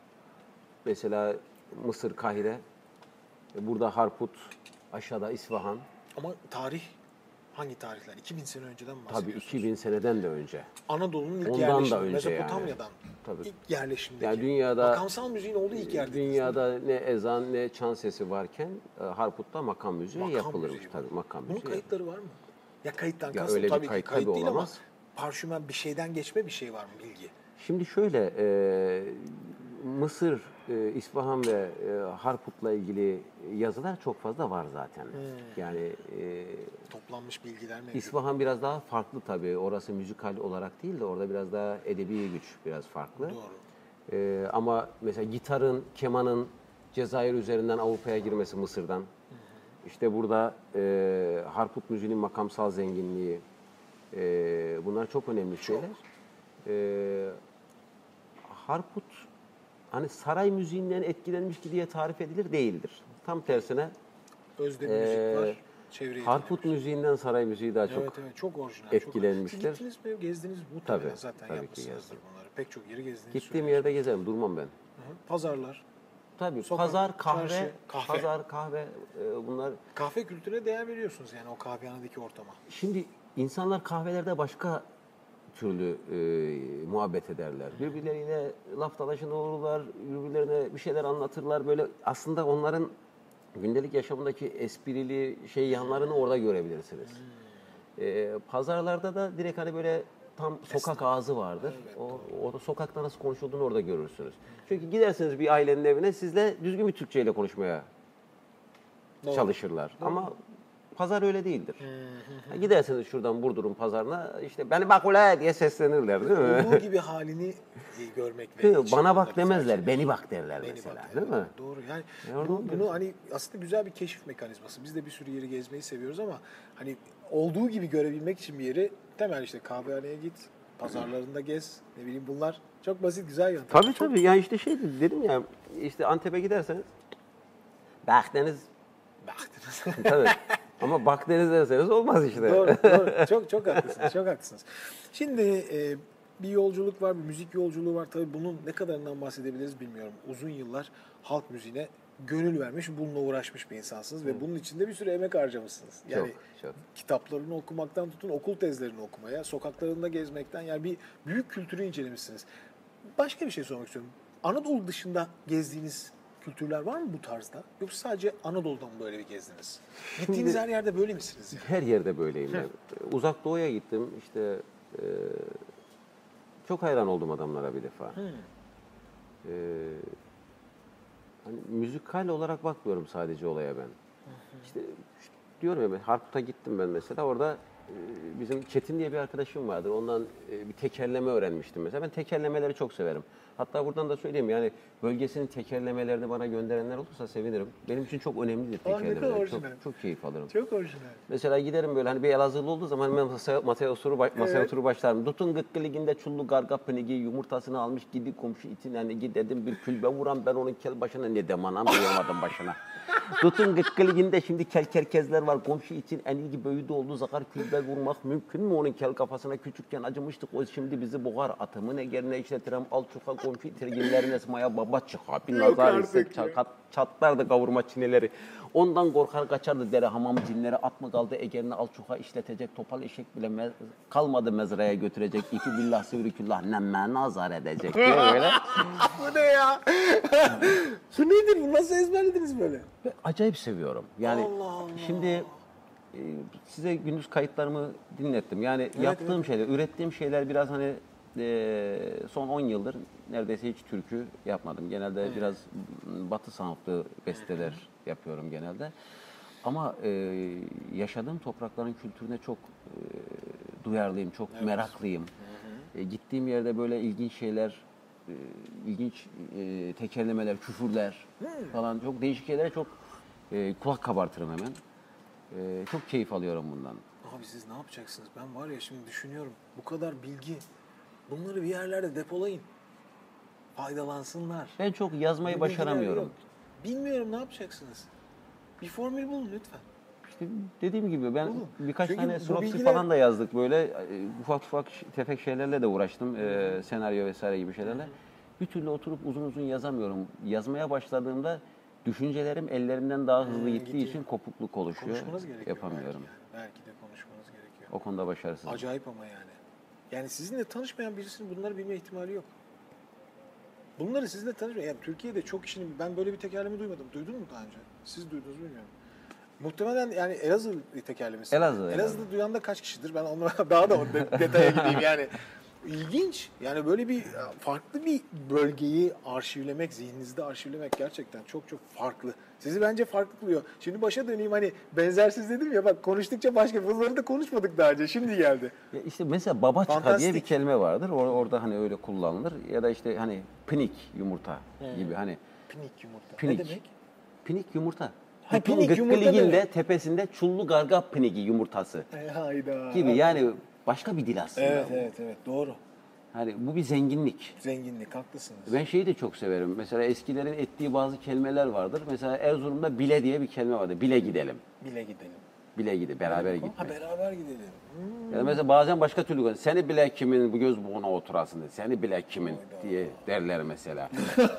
mesela Mısır, Kahire. Burada Harput, aşağıda İsfahan. Ama tarih hangi tarihler? iki bin sene önceden mi Tabii bahsediyorsunuz? iki bin seneden de önce. Anadolu'nun ilk Ondan da yerleşimi, önce Mezopotamya'dan Tabii. ilk yerleşimdeki. Yani dünyada- Makamsal müziğin olduğu ilk yer dediniz, değil mi? Dünyada ne ezan ne çan sesi varken e, Harput'ta makam müziği Makam yapılırmış müziği tabii makam Bunun müziği. kayıtları var mı? Ya kayıttan Ya kastım öyle bir tabii kayıt ki kayıt tabii değil olamaz. ama parşömen bir şeyden geçme bir şey var mı bilgi? Şimdi şöyle, e, Mısır, e, İsfahan ve e, Harput'la ilgili yazılar çok fazla var zaten. Hmm. Yani e, Toplanmış bilgiler mevcut. İsfahan biraz daha farklı tabii. Orası müzikal olarak değil de orada biraz daha edebi güç biraz farklı. Doğru. E, ama mesela gitarın, kemanın Cezayir üzerinden Avrupa'ya girmesi Mısır'dan. İşte burada e, Harput müziğinin makamsal zenginliği, e, bunlar çok önemli şeyler. E, Harput hani saray müziğinden etkilenmiş ki diye tarif edilir değildir. Tam tersine Özde bir Ee, müzik var. Çevreye Harput müziğinden saray müziği daha çok Evet evet çok orijinal. etkilenmişler. Çok... Siz gittiniz mi? Gezdiniz mi? Muhtemelen Tabii, zaten tabii ki yapmışsınızdır gezdim. bunları. Pek çok yeri gezdiniz. gittiğim yerde gezerim, durmam ben. Hı hı. Pazarlar. Tabii Sokak, pazar, kahve, çarşı, kahve. pazar, kahve e, bunlar. Kahve kültürüne değer veriyorsunuz yani o kahvehanedeki ortama. Şimdi insanlar kahvelerde başka türlü e, muhabbet ederler. Birbirleriyle laf dalaşında olurlar, birbirlerine bir şeyler anlatırlar. Böyle aslında onların gündelik yaşamındaki esprili şey yanlarını orada görebilirsiniz. E, pazarlarda da direkt hani böyle tam sokak ağzı vardır. O, orada sokakta nasıl konuşulduğunu orada görürsünüz. Çünkü gidersiniz bir ailenin evine sizle düzgün bir Türkçeyle konuşmaya Doğru. çalışırlar. Ama pazar öyle değildir. Ha, gidersiniz şuradan Burdur'un pazarına işte beni bak ula diye seslenirler değil mi? Olduğu gibi halini e, görmek ve Değil mi? içinde Bana bak güzel demezler, şeyler. beni bak derler Beni mesela bak, değil evet, mi? Doğru. Yani E, oradan bu, bunu biliyorsun. hani aslında güzel bir keşif mekanizması. Biz de bir sürü yeri gezmeyi seviyoruz ama hani olduğu gibi görebilmek için bir yeri temel işte kahvehaneye git, pazarlarında gez, ne bileyim bunlar çok basit güzel yöntem. Tabii Çok- tabii. Yani işte şey dedim ya işte Antep'e giderseniz bak deniz Baktınız. tabii. Ama bak deniz derseniz olmaz işte. Doğru, doğru. Çok çok haklısınız. Çok haklısınız. Şimdi e, bir yolculuk var, bir müzik yolculuğu var. Tabii bunun ne kadarından bahsedebiliriz bilmiyorum. Uzun yıllar halk müziğine gönül vermiş, bununla uğraşmış bir insansınız ve bunun içinde bir sürü emek harcamışsınız. Yani Çok, çok. kitaplarını okumaktan tutun okul tezlerini okumaya, sokaklarında gezmekten yani bir büyük kültürü incelemişsiniz. Başka bir şey sormak istiyorum. Anadolu dışında gezdiğiniz kültürler var mı bu tarzda? Yoksa sadece Anadolu'da mı böyle bir gezdiniz? Gittiğiniz her yerde böyle misiniz? Yani? Her yerde böyleyim ben. Uzak Doğu'ya gittim. İşte e, çok hayran oldum adamlara bir defa. Hmm. E, hani müzikal olarak bakmıyorum sadece olaya ben. İşte, işte diyorum ya ben Harput'a gittim ben mesela. Orada e, bizim Çetin diye bir arkadaşım vardır. Ondan e, bir tekerleme öğrenmiştim mesela. Ben tekerlemeleri çok severim. Hatta buradan da söyleyeyim yani bölgesinin tekerlemelerini bana gönderenler olursa sevinirim. Benim için çok önemlidir Aa, ne kadar tekerlemeler. Çok, orijinal. çok keyif alırım. Çok orijinal. Mesela giderim böyle hani bir Elazığlı olduğu zaman hemen masaya, masaya, oturu, masaya Evet. oturu başlarım. Tutun gıkkı liginde çullu garga pınıgı yumurtasını almış gidi komşu itin hani gidedim bir külbe vuran ben onun kel başına ne dem anam duyamadım başına. Tutun gıkkı liginde şimdi kel kerkezler var komşu itin en iyi böyüdü oldu zakar külbe vurmak mümkün mü onun kel kafasına küçükken acımıştık o şimdi bizi boğar atımın egerine işletirim al çuka komşu itirginlerin esmaya baba çıka bir Yok nazar artık ise ya. çakat çatlardı kavurma çineleri. Ondan korkar kaçardı dere hamam cinleri. At mı kaldı egerini alçuka işletecek. Topal eşek bile me- kalmadı mezraya götürecek. İki billah sivriküllah nemme nazar edecek diye böyle. Bu ne ya? Bu nedir? Bu nasıl ezberlediniz böyle? Ve acayip seviyorum. Yani Allah Allah. şimdi e, size gündüz kayıtlarımı dinlettim. Yani yaptığım şeyler, ürettiğim şeyler biraz hani e, son on yıldır neredeyse hiç türkü yapmadım. Genelde biraz batı sanatlı besteler yapıyorum genelde. Ama e, yaşadığım toprakların kültürüne çok e, duyarlıyım, çok meraklıyım. gittiğim yerde böyle ilginç şeyler, e, ilginç e, tekerlemeler, küfürler Hmm. falan çok değişik şeylere çok e, kulak kabartırım hemen. E, çok keyif alıyorum bundan. Abi siz ne yapacaksınız? Ben var ya şimdi düşünüyorum. Bu kadar bilgi. Bunları bir yerlerde depolayın. Faydalansınlar. Ben çok yazmayı Bu bilgiler başaramıyorum. yok. Bilmiyorum ne yapacaksınız? Bir formül bulun lütfen. İşte dediğim gibi ben Oğlum, birkaç çünkü tane bu synopsis bilgiler- falan da yazdık böyle e, ufak ufak tefek şeylerle de uğraştım e, senaryo vesaire gibi şeylerle. Bir türlü oturup uzun uzun yazamıyorum. Yazmaya başladığımda düşüncelerim ellerimden daha hızlı Ee, gittiği gidiyor. için kopukluk oluşuyor. Konuşmanız gerekiyor. Yapamıyorum. Belki, yani. belki de konuşmanız gerekiyor. O konuda başarısızım. Acayip ama yani. Yani sizinle tanışmayan birisinin bunları bilme ihtimali yok. Bunları sizinle tanışmayan, yani Türkiye'de çok kişinin, ben böyle bir tekerleme duymadım. Duydun mu daha önce? Siz duydunuz mu bilmiyorum. Muhtemelen yani Elazığ tekerlemesi. Elazığ, Elazığ'da Elazığ. duyan da kaç kişidir? Ben onlara daha da o de- detaya gideyim yani. İlginç. Yani böyle bir farklı bir bölgeyi arşivlemek, zihninizde arşivlemek gerçekten çok çok farklı. Sizi bence farklı kılıyor. Şimdi başa döneyim, hani benzersiz dedim ya, bak konuştukça başka, bunları da konuşmadık daha önce, şimdi geldi. Ya işte mesela babaçka diye Fantastik. bir kelime vardır. Or- orada hani öyle kullanılır. Ya da işte hani pinik yumurta gibi hani Pinik yumurta. Pinik. Ne demek? pinik yumurta. Ha, Tutun pinik yumurta gıkkıliginde demek. tepesinde çullu gargap pinigi yumurtası E, hayda. gibi yani başka bir dil aslında. Evet bu. evet evet doğru. Hani bu bir zenginlik. Zenginlik, haklısınız. Ben şeyi de çok severim. Mesela eskilerin ettiği bazı kelimeler vardır. Mesela Erzurum'da bile diye bir kelime vardı. Bile gidelim. Bile gidelim. Bile gide, beraber Ha gitmek. beraber gidelim. Hmm. Ya da mesela bazen başka türlü konuşuyor. Seni bile kimin bu göz buğuna oturasın dedi. Seni bile kimin Hayda. diye derler mesela.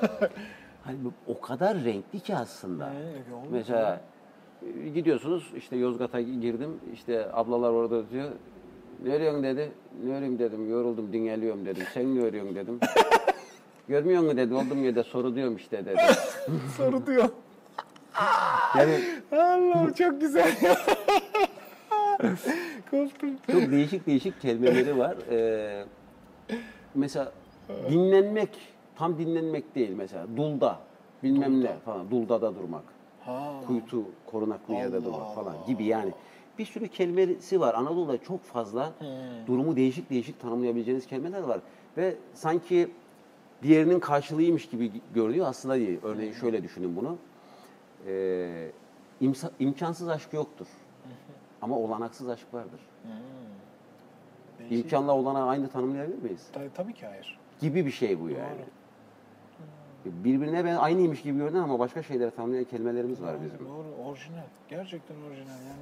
Hani bu o kadar renkli ki aslında. Hı, evet, olmuş Mesela e, gidiyorsunuz işte Yozgat'a girdim. İşte ablalar orada diyor. Ne örüyorsun dedi. Ne öreyim dedim. Yoruldum dinleniyorum dedim. Sen ne örüyorsun dedim. Görmüyor musun dedi. Oldum ya da soru diyorum işte dedi. Soru diyor. Yani Allah'ım çok güzel. Koptum. çok değişik değişik kelimeleri var. Ee, mesela dinlenmek, tam dinlenmek değil mesela. Dulda, bilmem ne falan. Duldada durmak. Ha. Kuytu, korunaklı yerde Allah durmak falan Allah. gibi yani. Bir sürü kelimesi var. Anadolu'da çok fazla durumu değişik değişik tanımlayabileceğiniz kelimeler var. Ve sanki diğerinin karşılığıymış gibi görünüyor. Aslında değil. Örneğin şöyle düşünün bunu. Ee, imsa- imkansız aşk yoktur. Ama olanaksız aşk vardır. Değişik. İmkanla olanağı aynı tanımlayabilir miyiz? Tabii, tabii ki hayır. Gibi bir şey bu yani. Birbirine ben aynıymış gibi görünen ama başka şeyleri tanımlayan kelimelerimiz var bizim. Doğru, orijinal. Gerçekten orijinal yani.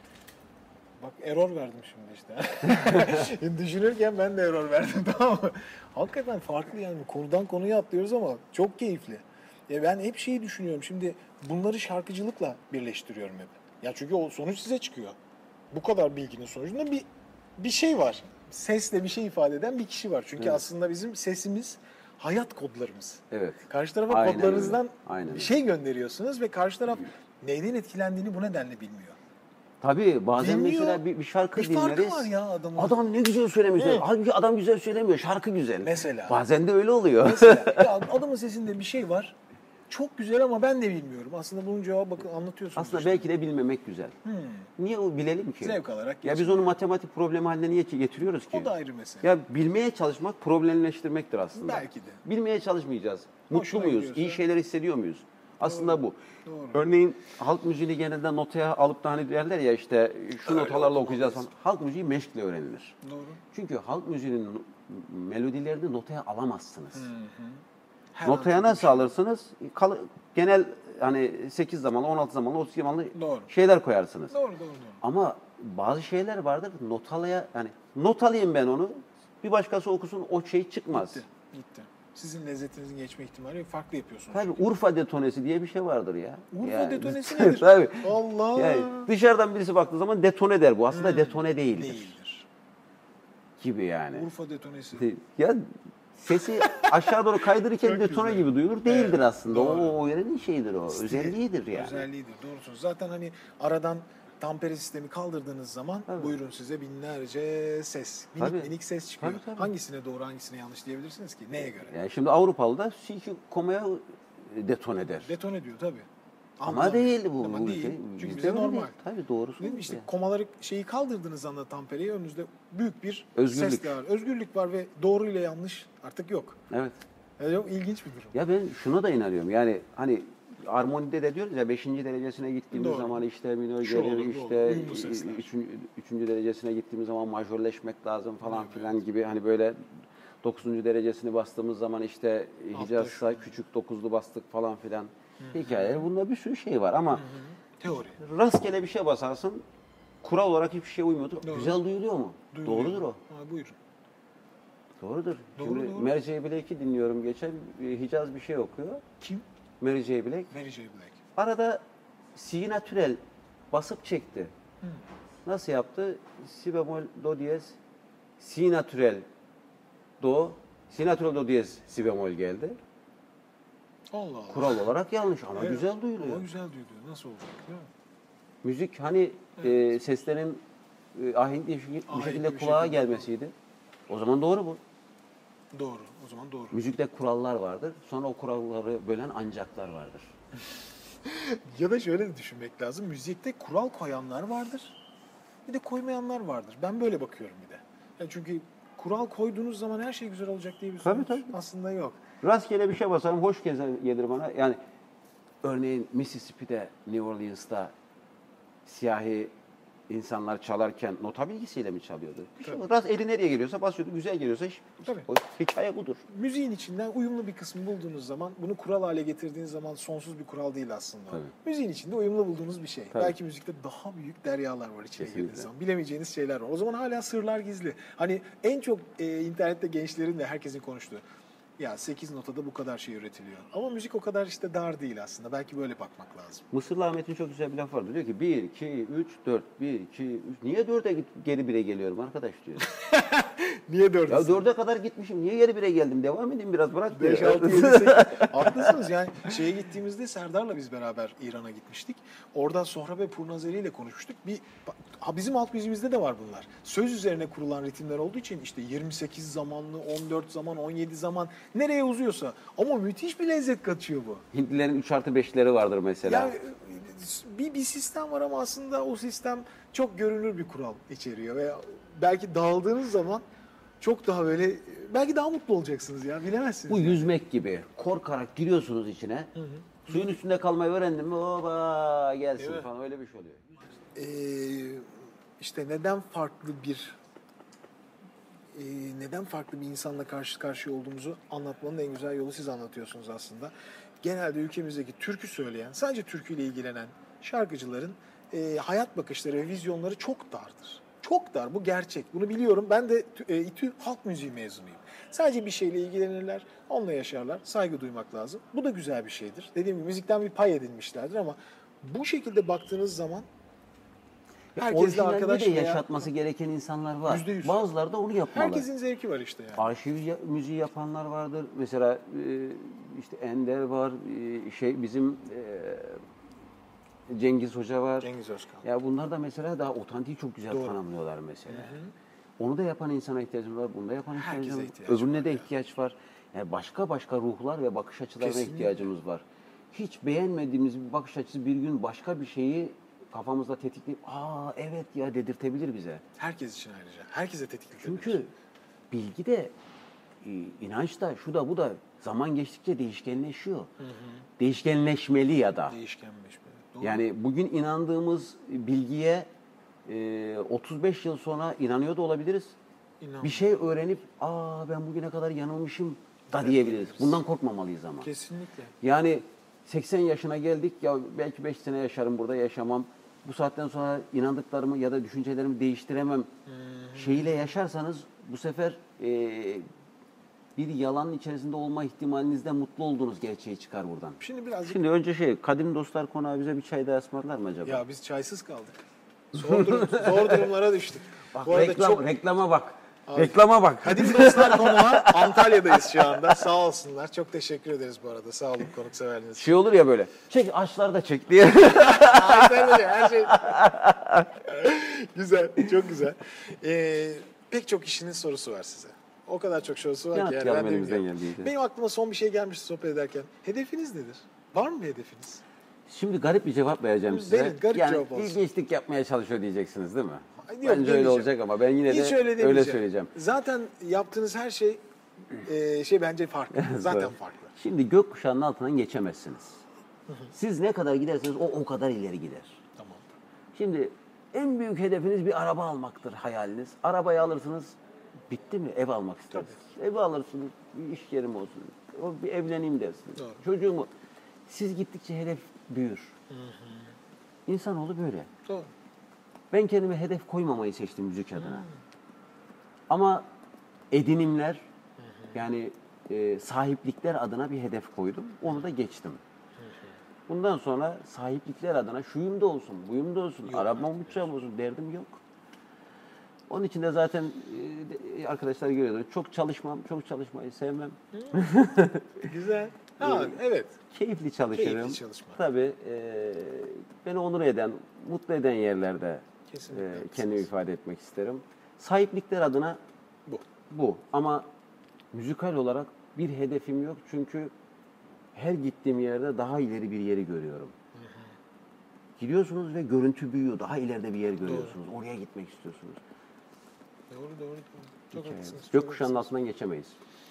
Bak error verdim şimdi işte. Düşünürken ben de error verdim, tamam mı? Hakikaten farklı yani, konudan konuya atlıyoruz ama çok keyifli. Ya ben hep şeyi düşünüyorum şimdi, bunları şarkıcılıkla birleştiriyorum hep. Ya çünkü o sonuç size çıkıyor. Bu kadar bilginin sonucunda bir bir şey var. Sesle bir şey ifade eden bir kişi var. Çünkü Evet. aslında bizim sesimiz hayat kodlarımız. Evet. Karşı tarafa Aynen kodlarınızdan öyle. Aynen bir öyle. şey gönderiyorsunuz ve karşı taraf neyden etkilendiğini bu nedenle bilmiyor. Tabii bazen Dinliyor. mesela bir, bir şarkı Bir dinleriz. farkı var ya adamın. Adam ne güzel söylemiş. Hı. Halbuki adam güzel söylemiyor. Şarkı güzel. Mesela. Bazen de öyle oluyor. Mesela ya adamın sesinde bir şey var. Çok güzel ama ben de bilmiyorum. Aslında bunun cevabı bakın anlatıyorsunuz. Aslında işte. belki de bilmemek güzel. Hmm. Niye o bilelim ki? Zevk alarak Ya biz geçiyor. onu matematik problemi haline niye ki getiriyoruz ki? O da ayrı mesele. Ya bilmeye çalışmak problemleştirmektir aslında. Belki de. Bilmeye çalışmayacağız. Hoşuna Mutlu muyuz? gidiyorsa. İyi şeyler hissediyor muyuz? Aslında bu. Doğru. Örneğin halk müziğini genelde notaya alıp da hani derler ya işte şu Öyle notalarla olmalıyız. okuyacağız falan. Halk müziği meşkle öğrenilir. Doğru. Çünkü halk müziğinin melodilerini notaya alamazsınız. Her Notaya an- nasıl alırsınız? Kal- genel hani sekiz zamanlı, on altı zamanlı, otuz zamanlı Doğru. şeyler koyarsınız. Doğru doğru doğru. Ama bazı şeyler vardır notalaya yani not alayım ben onu. Bir başkası okusun o şey çıkmaz. Gitti. Gitti. Sizin lezzetinizin geçme ihtimali yok. Farklı yapıyorsunuz. Tabii Urfa detonesi diye bir şey vardır ya. Urfa Yani- detonesi nedir? Tabii. Allah. Yani dışarıdan birisi baktığı zaman detone der bu. Aslında detone değildir. Değildir. Gibi yani. Urfa detonesi. Ya sesi aşağı doğru kaydırırken Çok detone güzel. gibi duyulur. Değildir Evet, aslında. doğru. O, o yerin şeyidir o. Stili, Özelliğidir yani. Özelliğidir. Doğrusunuz. Zaten hani aradan tampere sistemi kaldırdığınız zaman Tabii. buyurun size binlerce ses. Minik Tabii. minik ses çıkıyor. Tabii, tabii. Hangisine doğru hangisine yanlış diyebilirsiniz ki? Neye göre? Yani şimdi Avrupalı da Silki Koma'ya detone der. Detone diyor tabii. Ama değil bu. Ama bu değil. Şey. Çünkü Bizde bize öyle normal. değil. Tabii doğrusu. Değil mi? İşte Yani. komaları şeyi kaldırdığınız anda Tampere'yi önünüzde büyük bir Özgürlük. ses de var. Özgürlük var ve doğru ile yanlış artık yok. Evet. Yani çok ilginç bir durum. Ya ben şuna da inanıyorum. Yani hani armonide de diyoruz ya beşinci derecesine gittiğimiz Doğru. zaman işte minör Şu gelir, olur, bu işte olur. Uyumlu sesler. üçüncü, üçüncü derecesine gittiğimiz zaman majörleşmek lazım falan Evet. filan gibi hani böyle dokuzuncu derecesini bastığımız zaman işte Hicaz'sa küçük dokuzlu bastık falan filan hikayeler. Bunda bir sürü şey var ama Teori. rastgele bir şey basarsın kural olarak hiçbir şeye uymuyordur. Doğru. Güzel duyuluyor mu? Duyuluyor. Doğrudur o. Ha, buyurun. Doğrudur. Doğru, Şimdi doğru. Mary J. Blake'i dinliyorum geçen. Hicaz bir şey okuyor. Kim? Mary J. Blake. Mary J. Blake. Arada si natürel basıp çekti. Hı. Nasıl yaptı? Si bemol do diyez, si natürel do, si natürel do diyez si bemol geldi. Allah Allah. Kural olarak yanlış ama Evet. güzel duyuluyor. Ama güzel duyuluyor. Nasıl olacak değil mi? Müzik hani e, seslerin e, ahenkli bir şekilde, bu Ahenkli şekilde bir kulağa şekilde. gelmesiydi. O zaman doğru bu. Doğru. O zaman doğru. Müzikte kurallar vardır. Sonra o kuralları bölen ancaklar vardır. Ya da şöyle de düşünmek lazım. Müzikte kural koyanlar vardır. Bir de koymayanlar vardır. Ben böyle bakıyorum bir de. Yani çünkü kural koyduğunuz zaman her şey güzel olacak diye bir Tabii, sonuç tabii. aslında yok. Rastgele bir şey basarım, hoş gezer gelir bana. Yani örneğin Mississippi'de, New Orleans'ta siyahi insanlar çalarken nota bilgisiyle mi çalıyordu? Bir şey Tabii. yok. Rast eli nereye geliyorsa basıyordu, güzel geliyorsa iş, Tabii. o hikaye budur. Müziğin içinden uyumlu bir kısmı bulduğunuz zaman, bunu kural hale getirdiğiniz zaman sonsuz bir kural değil aslında. o. Tabii. Müziğin içinde uyumlu bulduğunuz bir şey. Tabii. Belki müzikte daha büyük deryalar var içine Kesinlikle. girdiğiniz zaman. Bilemeyeceğiniz şeyler var. O zaman hala sırlar gizli. Hani en çok e, internette gençlerin de herkesin konuştuğu. Ya sekiz notada bu kadar şey üretiliyor. Ama müzik o kadar işte dar değil aslında. Belki böyle bakmak lazım. Mısırlı Ahmet'in çok güzel bir lafı vardı. Diyor ki bir, iki, üç, dört, bir, iki, üç. Niye dörde git- geri bire geliyorum arkadaş diyor. Niye dördüncü? Ya dörde kadar gitmişim. Niye geri bire geldim? Devam edeyim biraz bırak diyor. beş, altı, yedi, sekiz. Haklısınız yani. Şeye gittiğimizde Serdar'la biz beraber İran'a gitmiştik. Orada Sohrab Purnazeri ile konuşmuştuk. Bir, ha, bizim halk müziğimizde de var bunlar. Söz üzerine kurulan ritimler olduğu için işte yirmi sekiz zamanlı, on dört zaman, on yedi zaman nereye uzuyorsa. Ama müthiş bir lezzet katıyor bu. Hintlilerin üç artı beşleri vardır mesela. Yani bir, bir sistem var ama aslında o sistem çok görünür bir kural içeriyor. Ve belki dağıldığınız zaman çok daha böyle, belki daha mutlu olacaksınız ya, bilemezsiniz. Bu yani. yüzmek gibi. Korkarak giriyorsunuz içine. Hı hı. Suyun üstünde kalmayı öğrendin mi? Oba gelsin Değil mi? falan öyle bir şey oluyor. Ee, işte neden farklı bir e, neden farklı bir insanla karşı karşıya olduğumuzu anlatmanın en güzel yolu siz anlatıyorsunuz aslında. Genelde ülkemizdeki türkü söyleyen, sadece türküyle ilgilenen şarkıcıların e, hayat bakışları ve vizyonları çok dardır. Çok dar, bu gerçek. Bunu biliyorum. Ben de e, İTÜ Halk Müziği mezunuyum. Sadece bir şeyle ilgilenirler, onunla yaşarlar. Saygı duymak lazım. Bu da güzel bir şeydir. Dediğim gibi müzikten bir pay edinmişlerdir ama bu şekilde baktığınız zaman herkesle Orijinalde arkadaş de veya yaşatması gereken insanlar var. Yüzde yüz. Bazıları da onu yapmalı. herkesin zevki var işte yani. Arşiv ya- müziği yapanlar vardır. Mesela e, işte Ender var, e, şey bizim e, Cengiz Hoca var. Cengiz Özkan. Ya bunlar da mesela daha otantiği çok güzel Doğru. tanımlıyorlar mesela. Onu da yapan insana ihtiyacımız var, bunu da yapan Herkese ihtiyacımız var. ihtiyacı Öbürüne var de ya. ihtiyaç var. Yani başka başka ruhlar ve bakış açılarına Kesinlikle. ihtiyacımız var. Hiç beğenmediğimiz bir bakış açısı bir gün başka bir şeyi kafamızda tetikleyip aa evet ya dedirtebilir bize. Herkes için ayrıca. Herkese tetiklik Çünkü bilgi de, e, inanç da, şu da bu da zaman geçtikçe değişkenleşiyor. Değişkenleşmeli ya da. değişkenmiş. Doğru. Yani bugün inandığımız bilgiye e, otuz beş yıl sonra inanıyor da olabiliriz. İnan. Bir şey öğrenip aa ben bugüne kadar yanılmışım da diyebiliriz. Bundan korkmamalıyız ama. Kesinlikle. Yani seksen yaşına geldik ya belki beş sene yaşarım burada yaşamam. Bu saatten sonra inandıklarımı ya da düşüncelerimi değiştiremem şeyiyle yaşarsanız bu sefer e, bir yalanın içerisinde olma ihtimalinizde mutlu olduğunuz gerçeği çıkar buradan. Şimdi birazcık Şimdi önce şey Kadim Dostlar Konağı bize bir çay daha ısmarlar mı acaba? ya biz çaysız kaldık. Zor, durum, zor durumlara düştük. Bak, Bu arada reklam, çok reklama bak. Abi. Reklama bak. Kadim Dostlar Konağı Antalya'dayız şu anda. Sağ olsunlar. Çok teşekkür ederiz bu arada. Sağ olun konukseverliğiniz için. Şey olur ya böyle. Çek açlar da çek diye. Aynen öyle, her şey. Güzel, çok güzel. Ee, pek çok kişinin sorusu var size. O kadar çok sorusu var Ne ki. yapacağım ben de elimizden bilmiyorum. geldiydi. Benim aklıma son bir şey gelmişti sohbet ederken. Hedefiniz nedir? Var mı bir hedefiniz? Şimdi garip bir cevap vereceğim size. Verin, garip yani cevap olsun. ilginçlik yapmaya çalışıyor diyeceksiniz değil mi? Yok, Bence öyle demeyeceğim. olacak ama ben yine Hiç de öyle, öyle söyleyeceğim. Zaten yaptığınız her şey e, şey bence farklı. Zaten farklı. Şimdi gökkuşağının altından geçemezsiniz. Siz ne kadar giderseniz o o kadar ileri gider. Tamam. Şimdi en büyük hedefiniz bir araba almaktır hayaliniz. Arabayı alırsınız, bitti mi? Ev almak istersiniz. Evi alırsınız, bir iş yerim olsun. O bir evleneyim dersiniz. Doğru. Çocuğumu. Siz gittikçe hedef büyür. Hı hı. İnsanoğlu böyle. Doğru. Ben kendime hedef koymamayı seçtim müzik adına. Hmm. Ama edinimler, hı hı. yani e, sahiplikler adına bir hedef koydum. Onu da geçtim. Hı hı. Bundan sonra sahiplikler adına şuyum da olsun, buyum da olsun, yok, arabam uçağım olsun derdim yok. Onun için de zaten e, arkadaşlar görüyorlar. Çok çalışmam, çok çalışmayı sevmem. Güzel. Ha, evet. Keyifli çalışırım. Keyifli çalışma. Tabii e, beni onur eden, mutlu eden yerlerde Kesinlikle. e, kendimi ifade etmek isterim. Sahiplikler adına bu. Bu. Ama müzikal olarak bir hedefim yok. Çünkü her gittiğim yerde daha ileri bir yeri görüyorum. Hı hı. Gidiyorsunuz ve görüntü büyüyor. Daha ileride bir yer görüyorsunuz. Doğru. Oraya gitmek istiyorsunuz. Doğru, doğru. doğru. Çok haklısınız. Gökkuşağının altından geçemeyiz.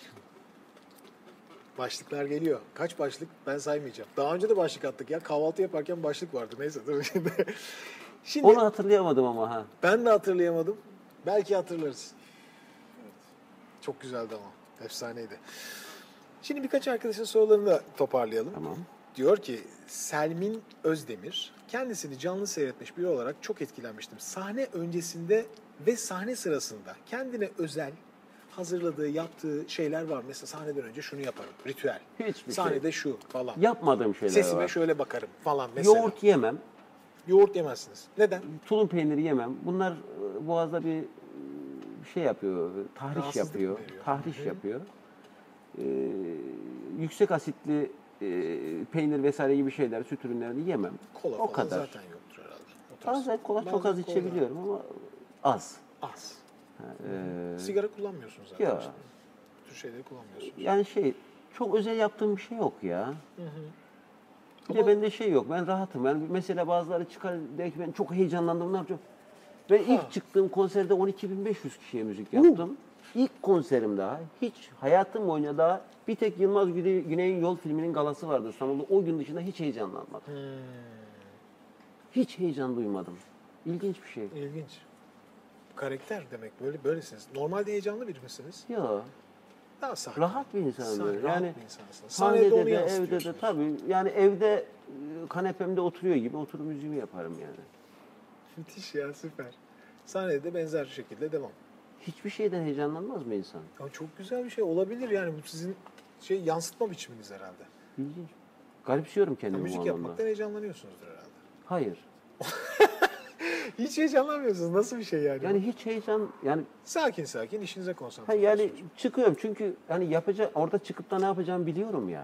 Başlıklar geliyor. Kaç başlık? Ben saymayacağım. Daha önce de başlık attık ya. Kahvaltı yaparken başlık vardı. Neyse dur şimdi. Şimdi onu hatırlayamadım ama ha. Ben de hatırlayamadım. Belki hatırlarız. Evet. Çok güzeldi ama. Efsaneydi. Şimdi birkaç arkadaşın sorularını da toparlayalım. Tamam. Diyor ki Selmin Özdemir, kendisini canlı seyretmiş biri olarak çok etkilenmiştim. Sahne öncesinde ve sahne sırasında kendine özel hazırladığı, yaptığı şeyler var. Mesela sahneden önce şunu yaparım, ritüel. Hiçbir Sahnede şey. şu falan. Yapmadığım şeyler Sesime var. şöyle bakarım falan mesela. Yoğurt yemem. Yoğurt yemezsiniz. Neden? Tulum peyniri yemem. Bunlar boğazda bir şey yapıyor, tahriş Rahatsızlık yapıyor. veriyor. Tahriş Hı-hı. yapıyor. Ee, yüksek asitli e, peynir vesaire gibi şeyler, süt ürünlerini yemem. Kola o falan kadar. zaten yoktur herhalde. O tarz. Bazen kola çok Bazen az kola. içebiliyorum ama az. Az. Ee, Sigara kullanmıyorsunuz zaten. ya. Işte. Bu tür şeyleri kullanmıyorsunuz. Yani şey, çok özel yaptığım bir şey yok ya. Hı hı. Bir Ama de bende şey yok, ben rahatım. Yani mesela bazıları çıkar der ki ben çok heyecanlandım, ne yapacağım? Ben Ha. ilk çıktığım konserde on iki bin beş yüz kişiye müzik yaptım. Uh. İlk konserim daha, hiç hayatım boyunca daha bir tek Yılmaz Güney, Güney'in Yol filminin galası vardı İstanbul'da. O gün dışında hiç heyecanlanmadım. Hmm. Hiç heyecan duymadım. İlginç bir şey. İlginç. Karakter demek böyle böylesiniz. Normalde heyecanlı biri misiniz? Ya. Daha sakin. Rahat bir insanım. Sakin, yani rahat bir insansınız. Sahnede Sahnede onu de, evde de yansıtıyorsunuz. tabii. Yani evde e, kanepemde oturuyor gibi oturup müziğimi yaparım yani. Müthiş ya, süper. Sahnede de benzer şekilde devam. Hiçbir şeyden heyecanlanmaz mı insan? Ya çok güzel bir şey olabilir yani, bu sizin şey yansıtma biçiminiz herhalde. İlginç. Garipsiyorum Ya kendimi müzik bu anlamda. yapmaktan heyecanlanıyorsunuzdur herhalde. Hayır. Hiç heyecanlanmıyorsunuz. Nasıl bir şey yani? Yani hiç heyecan yani Sakin sakin işinize konsantre ha yani oluyorsunuz. çıkıyorum çünkü hani yapacak orada çıkıp da ne yapacağımı biliyorum ya.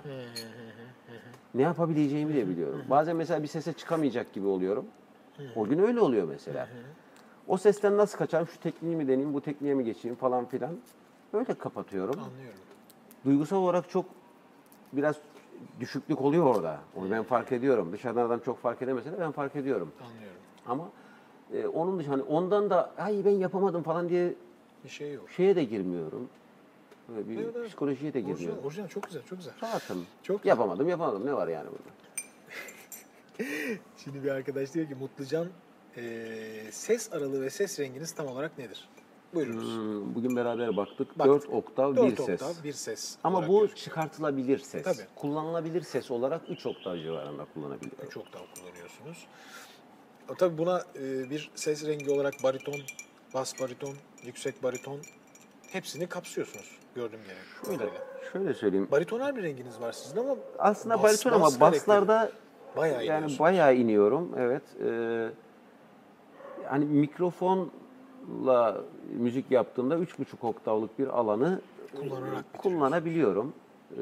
Ne yapabileceğimi de biliyorum. Bazen mesela bir sese çıkamayacak gibi oluyorum. O gün öyle oluyor mesela. O sesten nasıl kaçarım? Şu tekniği mi deneyeyim, bu tekniğe mi geçeyim falan filan. Öyle kapatıyorum. Anlıyorum. Duygusal olarak çok biraz düşüklük oluyor orada. Onu ben fark ediyorum. Dışarıdan adam çok fark edemese de ben fark ediyorum. Anlıyorum. Ama e, onun dışında hani ondan da ay ben yapamadım falan diye Bir şey yok. şeye de girmiyorum. Böyle bir Evet, evet. psikolojiye de Orijinal, girmiyorum. orijinal çok güzel, çok güzel. Rahatım. Çok güzel. Yapamadım, yapamadım. Ne var yani burada? Şimdi bir arkadaş diyor ki Mutlucan, e, ses aralığı ve ses renginiz tam olarak nedir? Buyurunuz. Hmm, bugün beraber baktık. Baktık. dört oktav bir Dört ses. oktav bir ses. Ama olarak bu gözüküyor. çıkartılabilir ses. Tabii. Kullanılabilir ses olarak üç oktav civarında kullanabiliyorum. Üç oktav kullanıyorsunuz. E, tabii buna e, bir ses rengi olarak bariton, bas bariton, yüksek bariton hepsini kapsıyorsunuz gördüğüm Şöyle, kadarıyla. şöyle söyleyeyim. Baritonal bir renginiz var sizin ama Aslında bas- bariton ama bas baslarda bayağı yani iniyorsunuz. bayağı iniyorum. Evet. Ee, hani mikrofonla müzik yaptığımda üç buçuk oktavlık bir alanı Kullanarak e, kullanabiliyorum. Ee,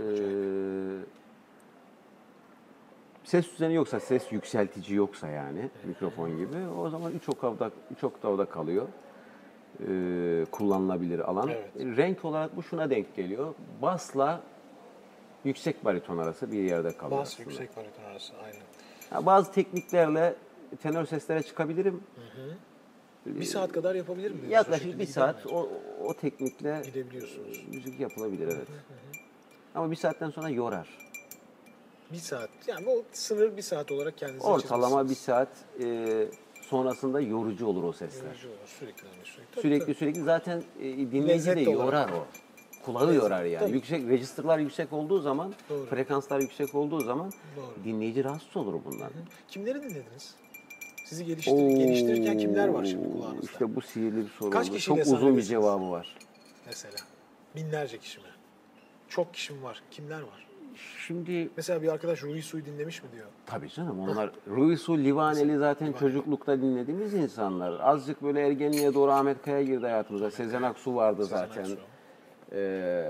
ses düzeni yoksa, ses yükseltici yoksa yani mikrofon gibi o zaman üç oktavda üç oktavda kalıyor. Ee, kullanılabilir alan. Evet. Renk olarak bu şuna denk geliyor. Basla yüksek bariton arası bir yerde kalıyor Bas aslında. yüksek bariton arası aynen. Ya bazı tekniklerle tenor seslere çıkabilirim. Hı hı. Bir saat kadar yapabilir miyiz? Yaklaşık bir saat o, o teknikle gidebiliyorsunuz. Müzik yapılabilir, evet. Hı hı. Ama bir saatten sonra yorar. Bir saat. Yani o sınır bir saat olarak kendinize ortalama bir saat e, sonrasında yorucu olur o sesler. Yorucu olur. Sürekli sürekli. Sürekli tabii. sürekli zaten e, dinleyici de yorar o. Kulağı Lezzet, yorar yani. Tabii. Yüksek registerlar yüksek olduğu zaman, Doğru. frekanslar yüksek olduğu zaman Doğru. dinleyici rahatsız olur bundan. Hı hı. Kimleri dinlediniz? Sizi geliştir Oo, geliştirirken kimler var şimdi kulağınızda? İşte bu sihirli bir soru. Kaç Çok uzun bir cevabı var. Mesela binlerce kişi mi? Çok kişi mi var? Kimler var? Şimdi mesela bir arkadaş Rui Su'yu dinlemiş mi diyor. Tabii canım onlar Rui Su, Livaneli zaten Livaneli. çocuklukta dinlediğimiz insanlar. Azıcık böyle ergenliğe doğru Ahmet Kaya girdi hayatımıza. Ahmet Sezen Aksu vardı Sezen zaten. Aksu. Ee,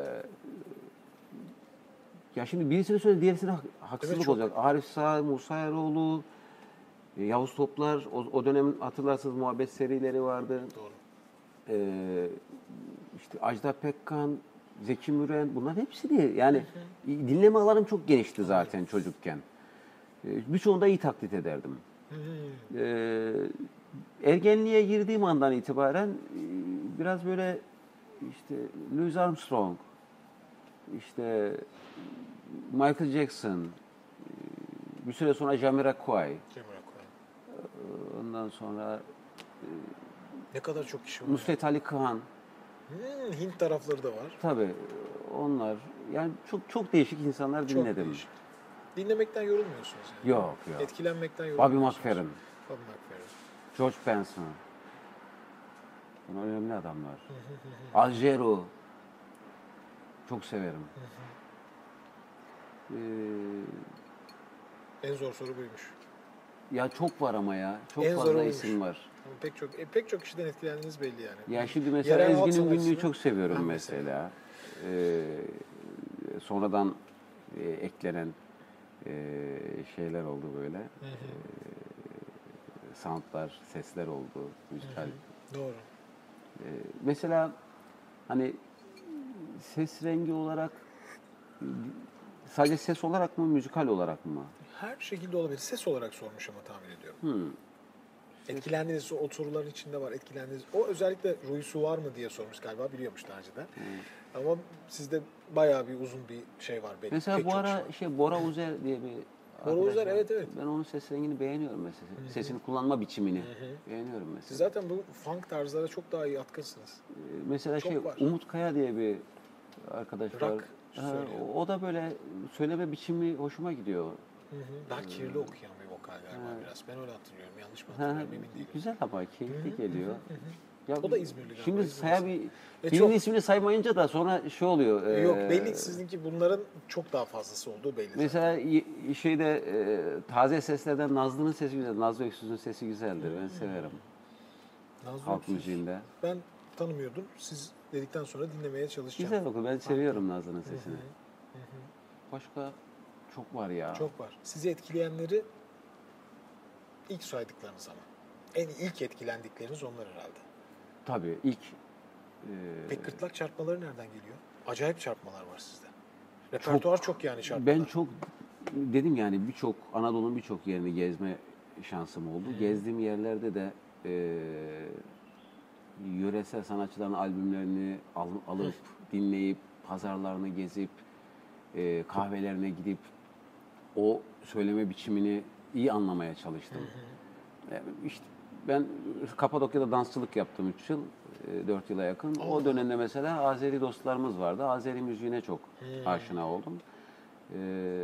ya şimdi birisini söyle diğerisine haksızlık evet, olacak. Arif Sağ, Musa Eroğlu, Yavuz Toplar, o, o dönem hatırlarsınız muhabbet serileri vardı. Doğru. Ee, işte Ajda Pekkan, Zeki Müren, bunların hepsi değil. Yani hı hı. dinleme alanım çok genişti zaten hı. çocukken. Birçoğunu da iyi taklit ederdim. Hı hı. Ee, ergenliğe girdiğim andan itibaren biraz böyle işte Louis Armstrong, işte Michael Jackson, bir süre sonra Jamiroquai. Ondan sonra ne kadar çok kişi var. Nusret Ali Kağan. Hmm, Hint tarafları da var. Tabii onlar. Yani çok çok değişik insanlar çok dinledim. Değişik. Dinlemekten yorulmuyorsunuz yani. Yok yok. Etkilenmekten yorulmuyorsunuz. Bobby McFerrin. Bobby McFerrin. George Benson. Bunlar önemli adamlar. Al Jarreau. Çok severim. ee, en zor soru buymuş. Ya çok var ama ya. Çok en fazla isim var. Pek çok e, pek çok kişiden etkilendiğiniz belli yani. Ya şimdi mesela Yerel Ezgi'nin Günlüğü çok seviyorum ha, mesela. mesela. Ee, sonradan e, eklenen e, şeyler oldu böyle. Hı hı. E, soundlar, sesler oldu. Müzikal. Hı hı. Doğru. E, mesela hani ses rengi olarak sadece ses olarak mı, müzikal olarak mı? Her şekilde olabilir. Ses olarak sormuş ama tahmin ediyorum. Hmm. Etkilendiğiniz, o soruların içinde var. Etkilendiğiniz, o özellikle Rui Su var mı diye sormuş galiba, biliyormuş daha önceden. Hmm. Ama sizde bayağı bir uzun bir şey var. Belki. Mesela Pek bu ara şey, şey Bora Uzer diye bir Bora Uzer, evet evet. Ben onun ses rengini beğeniyorum mesela. Hı-hı. Sesini kullanma biçimini Hı-hı. beğeniyorum mesela. Siz zaten bu funk tarzlara çok daha iyi yatkınsınız. Ee, mesela çok şey var. Umut Kaya diye bir arkadaş Rock var. Ha, o, o da böyle söyleme biçimi hoşuma gidiyor. Hı hı. Daha kirli okuyan bir vokal galiba ha. biraz. Ben öyle hatırlıyorum. Yanlış mı hatırlıyorum emin değilim. Güzel ama keyifli hı hı. geliyor. Hı hı. Ya, o da İzmirli galiba. Şimdi saya bir birinin ismini saymayınca da sonra şey oluyor. E, yok belli sizinki bunların çok daha fazlası olduğu belli. Mesela zaten. şeyde e, taze seslerden Nazlı'nın sesi güzel. Nazlı Öksüz'ün sesi güzeldir. Ben severim. Nazlı Halk Öksüz. müziğinde. Ben tanımıyordum. Siz dedikten sonra dinlemeye çalışacağım. Güzel oku. Ben seviyorum Nazlı'nın sesini. Hı hı. Hı hı. Başka çok var ya. Çok var. Sizi etkileyenleri ilk saydıklarınız ama. En ilk etkilendikleriniz onlar herhalde. Tabii ilk. E... Peki gırtlak çarpmaları nereden geliyor? Acayip çarpmalar var sizde. Repertuar çok, çok yani çarpmalar. Ben çok dedim yani birçok Anadolu'nun birçok yerini gezme şansım oldu. Hmm. Gezdiğim yerlerde de e, yöresel sanatçıların albümlerini al, alıp dinleyip pazarlarını gezip e, kahvelerine gidip o söyleme biçimini iyi anlamaya çalıştım. Hı hı. Yani işte ben Kapadokya'da dansçılık yaptım üç yıl, dört yıla yakın. Allah. O dönemde mesela Azeri dostlarımız vardı. Azeri müziğine çok hmm. aşina oldum. Ee,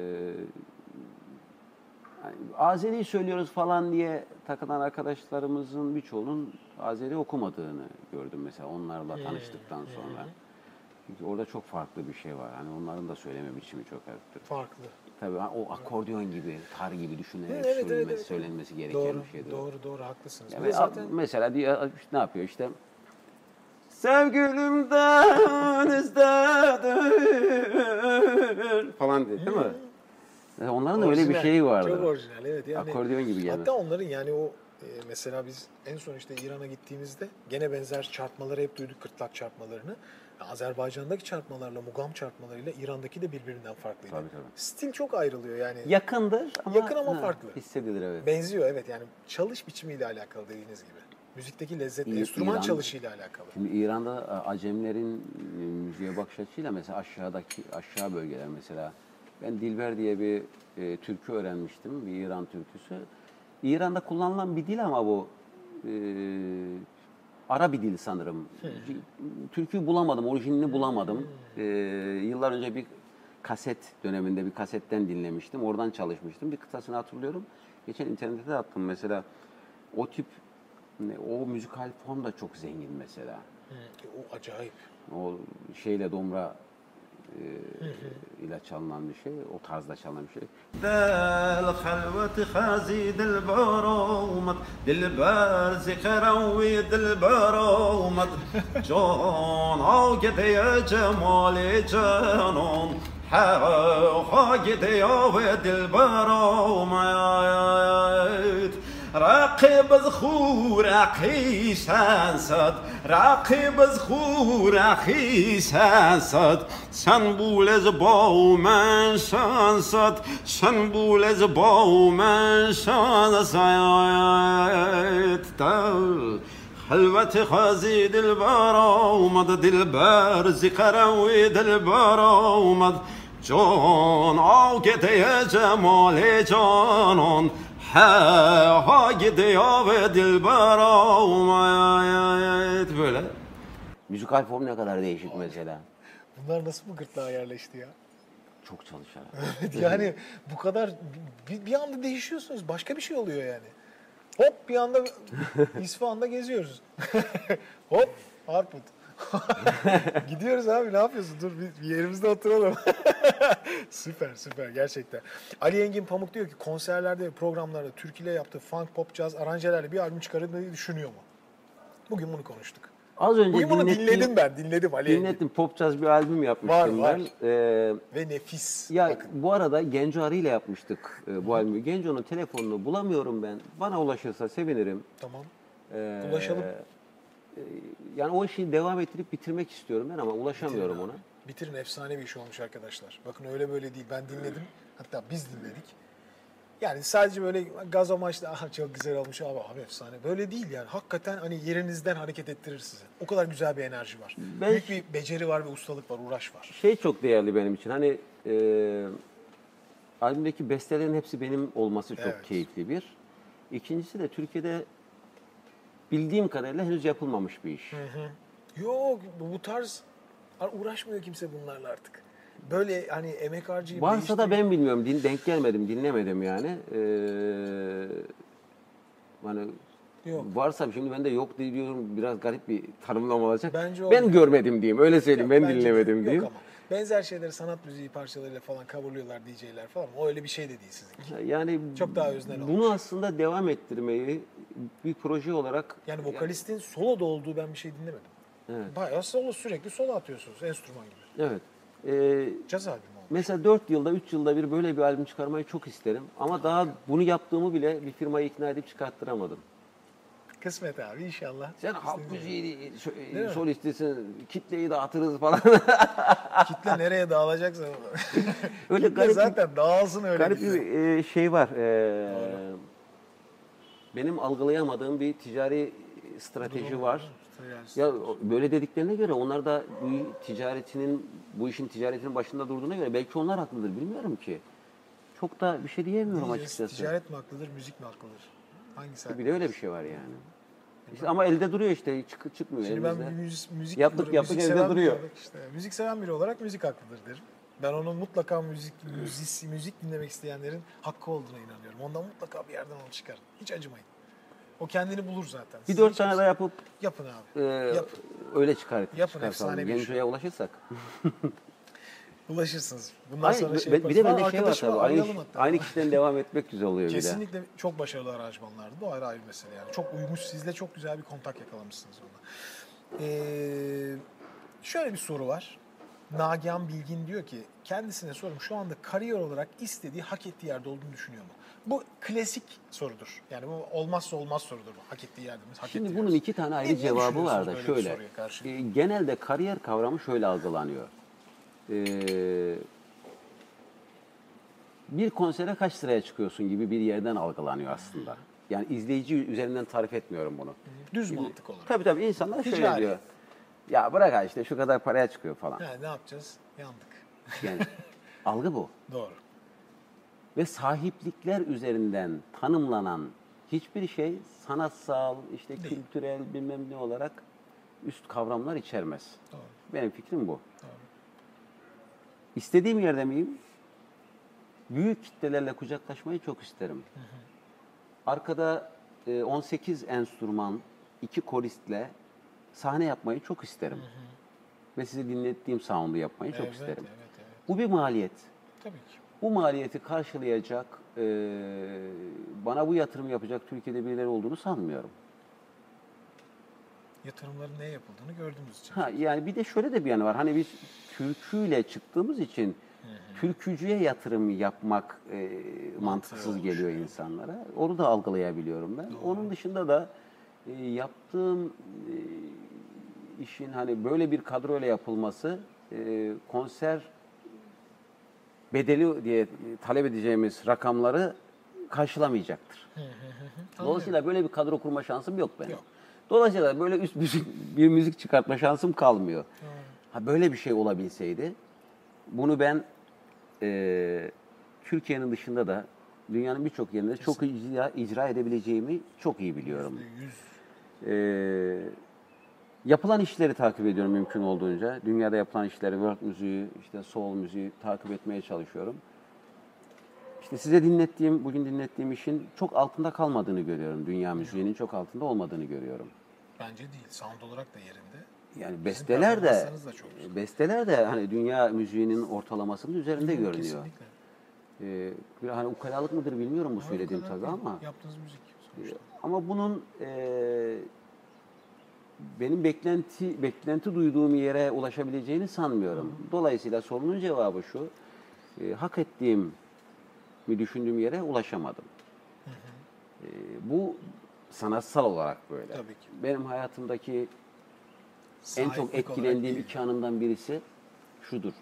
yani Azeri söylüyoruz falan diye takılan arkadaşlarımızın birçoğunun Azeri okumadığını gördüm mesela onlarla hmm. tanıştıktan sonra. Hmm. Çünkü orada çok farklı bir şey var. Hani onların da söyleme biçimi çok farklı. Farklı. Tabii o akordeon gibi, tar gibi düşünerek evet, evet, söylenmesi, evet. söylenmesi gereken doğru, bir şeydir. Doğru, doğru, haklısınız. Yani zaten... Mesela diyor, ne yapıyor işte? Sevgilim denizdedir falan diyor, değil mi? Yani onların da öyle bir şeyi vardı. Çok orijinal, evet. Yani, akordeon gibi gelmesi. Hatta onların yani o e, mesela biz en son işte İran'a gittiğimizde gene benzer çarpmaları hep duyduk, kırtlak çarpmalarını. Azerbaycan'daki çarpmalarla, mugam çarpmalarıyla İran'daki de birbirinden farklıydı. Tabii, tabii. Stil çok ayrılıyor yani. Yakındır ama, Yakın ama ha, farklı. hissedilir evet. Benziyor evet, yani çalış biçimiyle alakalı dediğiniz gibi. Müzikteki lezzet, İ- enstrüman İran- çalışıyla alakalı. Şimdi İran'da e, Acemlerin e, müziğe bakış açısıyla mesela aşağıdaki aşağı bölgeler mesela ben Dilber diye bir e, türkü öğrenmiştim, bir İran türküsü. İran'da kullanılan bir dil ama bu e, ara bir dil sanırım. Türküyü bulamadım, orijinalini bulamadım. E, yıllar önce bir kaset döneminde bir kasetten dinlemiştim, oradan çalışmıştım. Bir kıtasını hatırlıyorum. Geçen internete de attım mesela. O tip o müzikal form da çok zengin mesela. Hı, o acayip. O şeyle domra e, ile çalınan bir şey, o tarzda çalınan bir şey. دل خلوت خازي دل برومد دل برز خروي دل برومد جان آگد يا جمال جانون حاجد يا دل برومد راقب زخور اخي سنسد راقب زخور اخي سنسد سنبول از با من شانسد سنبول از با من شانسد دل خلوت خازی دل بر آمد دل بر زقروی دل بر آمد جان آگده جمال جانان ha gidiyor ve dilber olmayet böyle. Müzikal form ne kadar değişik mesela. Bunlar nasıl bu gırtlağa yerleşti ya? Çok çalışarak. Evet, yani bu kadar bir, bir anda değişiyorsunuz. Başka bir şey oluyor yani. Hop bir anda İsfahan'da geziyoruz. Hop Harput. Gidiyoruz abi, ne yapıyorsun? Dur bir, bir yerimizde oturalım. Süper süper gerçekten. Ali Engin Pamuk diyor ki konserlerde ve programlarda türküyle yaptığı funk, pop, caz aranjelerle bir albüm çıkarmayı düşünüyor mu? Bugün bunu konuştuk. Az önce Bugün bunu dinlettiğim- dinledim ben. Dinledim Ali Engin. Dinlettim. Pop Jazz bir albüm yapmıştım Var, var. ben. Ee, Ve nefis. ya Bakın. bu arada Genco Arı ile yapmıştık e, bu albümü. Genco'nun telefonunu bulamıyorum ben. Bana ulaşırsa sevinirim. Tamam. Ee, Ulaşalım. e, Yani o işi devam ettirip bitirmek istiyorum ben ama ulaşamıyorum Bitirin ona. abi. Bitirin, efsane bir iş olmuş arkadaşlar. Bakın öyle böyle değil. Ben dinledim. Hatta biz dinledik. Yani sadece böyle gaz amaçlı aha çok güzel olmuş abi, abi efsane. Böyle değil yani. Hakikaten hani yerinizden hareket ettirir sizi. O kadar güzel bir enerji var. Ben- Büyük bir beceri var ve ustalık var, uğraş var. Şey çok değerli benim için. Hani e, albümdeki bestelerin hepsi benim olması çok Evet. keyifli bir. İkincisi de Türkiye'de bildiğim kadarıyla henüz yapılmamış bir iş. Yok bu, bu tarz uğraşmıyor kimse bunlarla artık. Böyle hani emek harcayıp Varsa da değiştirip- ben bilmiyorum. Din, denk gelmedim, dinlemedim yani. Ee, hani Yok. varsa şimdi ben de yok diyorum, biraz garip bir tanımlama olacak. Bence ben olmuyor. görmedim diyeyim. Öyle söyleyeyim. Yok, ben bence de dinlemedim yok diyeyim. ama benzer şeyleri sanat müziği parçalarıyla falan coverlıyorlar D J'ler falan. O öyle bir şey de değil sizinki. Yani Çok daha öznel bunu olmuş. aslında devam ettirmeyi bir proje olarak Yani vokalistin soloda olduğu ben bir şey dinlemedim. Evet. Bayağı solo, sürekli solo atıyorsunuz enstrüman gibi. evet. Ee, Caz albümü olmuş. mesela dört yılda, üç yılda bir böyle bir albüm çıkarmayı çok isterim. Ama daha bunu yaptığımı bile bir firmayı ikna edip çıkarttıramadım. Kısmet abi inşallah. Sen halk İstediğin gibi. müziği Değil mi? solistisin, kitleyi dağıtırız falan. Kitle nereye dağılacaksa. Öyle Kitle garip, zaten dağılsın öyle. garip gitsin. bir e, şey var. E, benim algılayamadığım bir ticari strateji var. Ya o- böyle dediklerine göre onlar da bu ticaretinin, bu işin ticaretinin başında durduğuna göre belki onlar haklıdır, bilmiyorum ki. Çok da bir şey diyemiyorum Diyeceğiz, açıkçası. ticaret mi haklıdır, müzik mi haklıdır? Hangisi Bir de öyle bir şey var yani. İşte ama elde duruyor işte, çık, çıkmıyor Şimdi ben elimizde. bir müzik, müzik Yaptık, müzik yaptık, evde seven biri duruyor. olarak işte, müzik seven biri olarak müzik haklıdır derim. Ben onun mutlaka müzik, müzik, müzik dinlemek isteyenlerin hakkı olduğuna inanıyorum. Ondan mutlaka bir yerden onu çıkarın. Hiç acımayın. O kendini bulur zaten. Bir Siz dört hiç- tane daha yapıp Yapın abi. e, Yapın. öyle çıkar, Yapın, çıkartalım. efsane bir şey. Genco'ya ulaşırsak. Ulaşırsınız. Bundan Aynı, sonra şey bir yaparız. de Var, bende şey var arkadaşımı tabii. Aynı, arayalım hatta. aynı kişiden devam etmek güzel oluyor bir de. Kesinlikle çok başarılı aranjmanlardı. O ayrı ayrı mesele yani. Çok uymuş. Sizle çok güzel bir kontak yakalamışsınız onunla. Ee, şöyle bir soru var. Nagihan Bilgin diyor ki kendisine sorum şu anda kariyer olarak istediği, hak ettiği yerde olduğunu düşünüyor mu? Bu klasik sorudur. Yani bu olmazsa olmaz sorudur bu. Hak ettiği yerde mi? Hak Şimdi ettiği bunun yerde. iki tane ayrı Ne- ne cevabı var da düşünüyorsunuz böyle bir şöyle. soruya karşı? E, genelde kariyer kavramı şöyle algılanıyor. E, bir konsere kaç sıraya çıkıyorsun gibi bir yerden algılanıyor aslında. Yani izleyici üzerinden tarif etmiyorum bunu. Düz mantık olarak. Tabii tabii insanlar şöyle Ticari. diyor. Ya bırak ha işte şu kadar paraya çıkıyor falan. Ha, ne yapacağız? Yandık. Yani algı bu. Doğru. Ve sahiplikler üzerinden tanımlanan hiçbir şey sanatsal, işte Değil. kültürel bilmem ne olarak üst kavramlar içermez. Doğru. Benim fikrim bu. Doğru. İstediğim yerde miyim? Büyük kitlelerle kucaklaşmayı çok isterim. Hı hı. Arkada e, on sekiz enstrüman, iki koristle sahne yapmayı çok isterim. Hı hı. Ve size dinlettiğim sound'u yapmayı çok Evet, isterim. evet, evet. Bu bir maliyet. Tabii ki. Bu maliyeti karşılayacak, e, bana bu yatırım yapacak Türkiye'de birileri olduğunu sanmıyorum. Yatırımların neye yapıldığını gördüğümüz için. Ha, yani bir de şöyle de bir yanı var. Hani biz türküyle çıktığımız için türkücüye yatırım yapmak e, mantıksız olmuş, geliyor evet. insanlara. Onu da algılayabiliyorum ben. Doğru. Onun dışında da e, yaptığım e, işin hani böyle bir kadroyla yapılması e, konser bedeli diye talep edeceğimiz rakamları karşılamayacaktır. Dolayısıyla böyle bir kadro kurma şansım yok benim. Yok. Dolayısıyla böyle üst müzik, bir müzik çıkartma şansım kalmıyor. Ha böyle bir şey olabilseydi, bunu ben e, Türkiye'nin dışında da dünyanın birçok yerinde çok icra, icra edebileceğimi çok iyi biliyorum. Yüz. E, yapılan işleri takip ediyorum mümkün olduğunca. Dünyada yapılan işleri, world müziği, işte soul müziği takip etmeye çalışıyorum. İşte size dinlettiğim, bugün dinlettiğim işin çok altında kalmadığını görüyorum. Dünya müziğinin çok altında olmadığını görüyorum. Bence değil. Sound olarak da yerinde. Yani besteler de, performanslarınız da çok güzel. besteler de hani dünya müziğinin ortalamasının üzerinde görünüyor. Kesinlikle. Ee, bir hani ukalalık mıdır bilmiyorum bu söylediğim Ama tabii ama. yaptığınız müzik sonuçta. Ama bunun e, benim beklenti beklenti duyduğum yere ulaşabileceğini sanmıyorum. Dolayısıyla sorunun cevabı şu: e, hak ettiğim mi düşündüğüm yere ulaşamadım. Hı hı. E, bu sanatsal olarak böyle. Tabii ki. Benim hayatımdaki Sahiplik en çok olarak etkilendiğim değil. iki anımdan birisi şudur.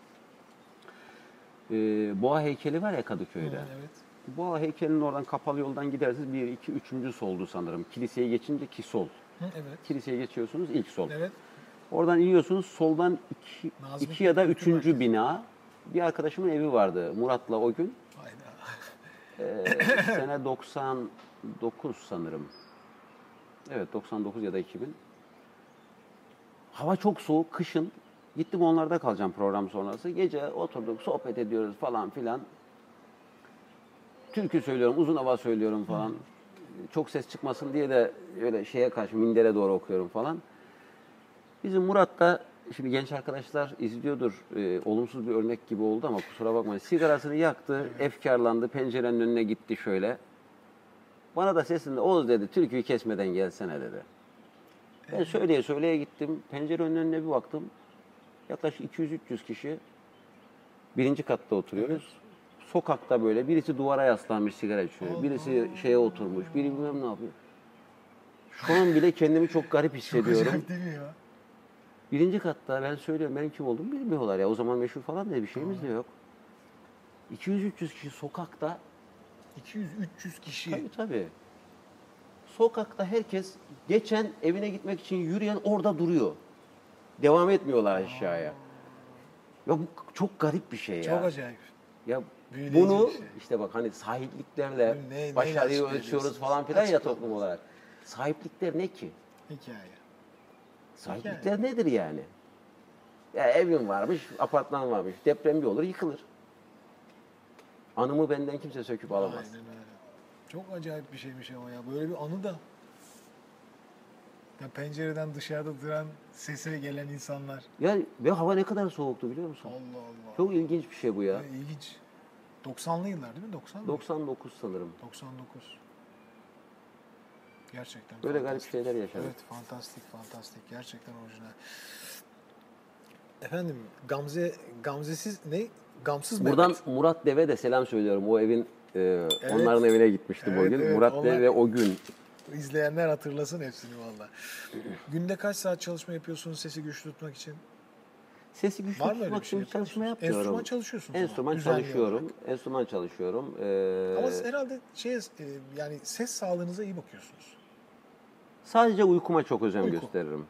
E, Boğa heykeli var ya Kadıköy'de. Hı, evet. Boğa heykelinin oradan kapalı yoldan gidersiniz. Bir, iki, üçüncü soldu sanırım. Kiliseye geçince ki sol. Hı, evet. Kiliseye geçiyorsunuz ilk sol. Evet. Oradan iniyorsunuz soldan iki, Nazım iki ya da Hikmet üçüncü Merkezi. bina. Bir arkadaşımın evi vardı Murat'la o gün. Hayda. Ee, sene doksan dokuz sanırım. Evet doksan dokuz ya da iki bin. Hava çok soğuk, kışın. Gittim onlarda kalacağım program sonrası. Gece oturduk, sohbet ediyoruz falan filan. Türkü söylüyorum, uzun hava söylüyorum falan. Çok ses çıkmasın diye de öyle şeye karşı mindere doğru okuyorum falan. Bizim Murat da, şimdi genç arkadaşlar izliyordur, e, olumsuz bir örnek gibi oldu ama kusura bakmayın. Sigarasını yaktı, efkarlandı, pencerenin önüne gitti şöyle. Bana da sesinde Oğuz dedi, türküyü kesmeden gelsene dedi. Ben söyleye söyleye gittim, pencerenin önüne bir baktım. Yaklaşık iki yüz üç yüz kişi birinci katta oturuyoruz. Sokakta böyle birisi duvara yaslanmış sigara içiyor, birisi şeye oturmuş, biri bilmem ne yapıyor. Şu an bile kendimi çok garip hissediyorum. Acayip değil mi ya? Birinci katta ben söylüyorum benim kim olduğumu bilmiyorlar ya. O zaman meşhur falan diye bir şeyimiz de yok. iki yüz üç yüz kişi sokakta. iki yüz üç yüz kişi. Tabii tabii. Sokakta herkes geçen evine gitmek için yürüyen orada duruyor. Devam etmiyorlar aşağıya. Ya bu çok garip bir şey ya. Çok acayip. Ya Büyüleyici bunu bir şey. işte bak hani sahipliklerle Ne- neyle başarıyı açıklayabiliyorsunuz? ölçüyoruz falan filan ya Açıklamaz. toplum olarak. Sahiplikler ne ki? Hikaye. Sahiplikler nedir yani? Ya evim varmış, apartman varmış. Deprem bir olur, yıkılır. Anımı benden kimse söküp alamaz. Aynen öyle. Çok acayip bir şeymiş ama ya. Böyle bir anı da. Ya pencereden dışarıda duran sese gelen insanlar. Ya ve hava ne kadar soğuktu biliyor musun? Allah Allah. Çok ilginç bir şey bu ya. Ya, ilginç. doksanlı yıllar değil mi? doksan mı? doksan dokuz sanırım. doksan dokuz. Gerçekten. Böyle fantastik. garip şeyler yaşadık. Evet, fantastik, fantastik. Gerçekten orijinal. Efendim, Gamze, Gamzesiz ne? Gamsız Buradan Mehmet. Murat Deve de selam söylüyorum. O evin Ee, Evet. Onların evine gitmiştim Evet, o gün. evet, Murat onlar- Bey ve o gün. İzleyenler hatırlasın hepsini valla. Günde kaç saat çalışma yapıyorsunuz sesi güçlü tutmak için? Sesi güçlü Var mı öyle tutmak bir şey? için Yapıyor çalışma musunuz? yapmıyorum. Enstrüman çalışıyorsunuz ama, Enstrüman düzenli çalışıyorum. olarak. Enstrüman çalışıyorum. Ee, Ama herhalde şey e, yani ses sağlığınıza iyi bakıyorsunuz. sadece uykuma çok özen Uyku. gösteririm.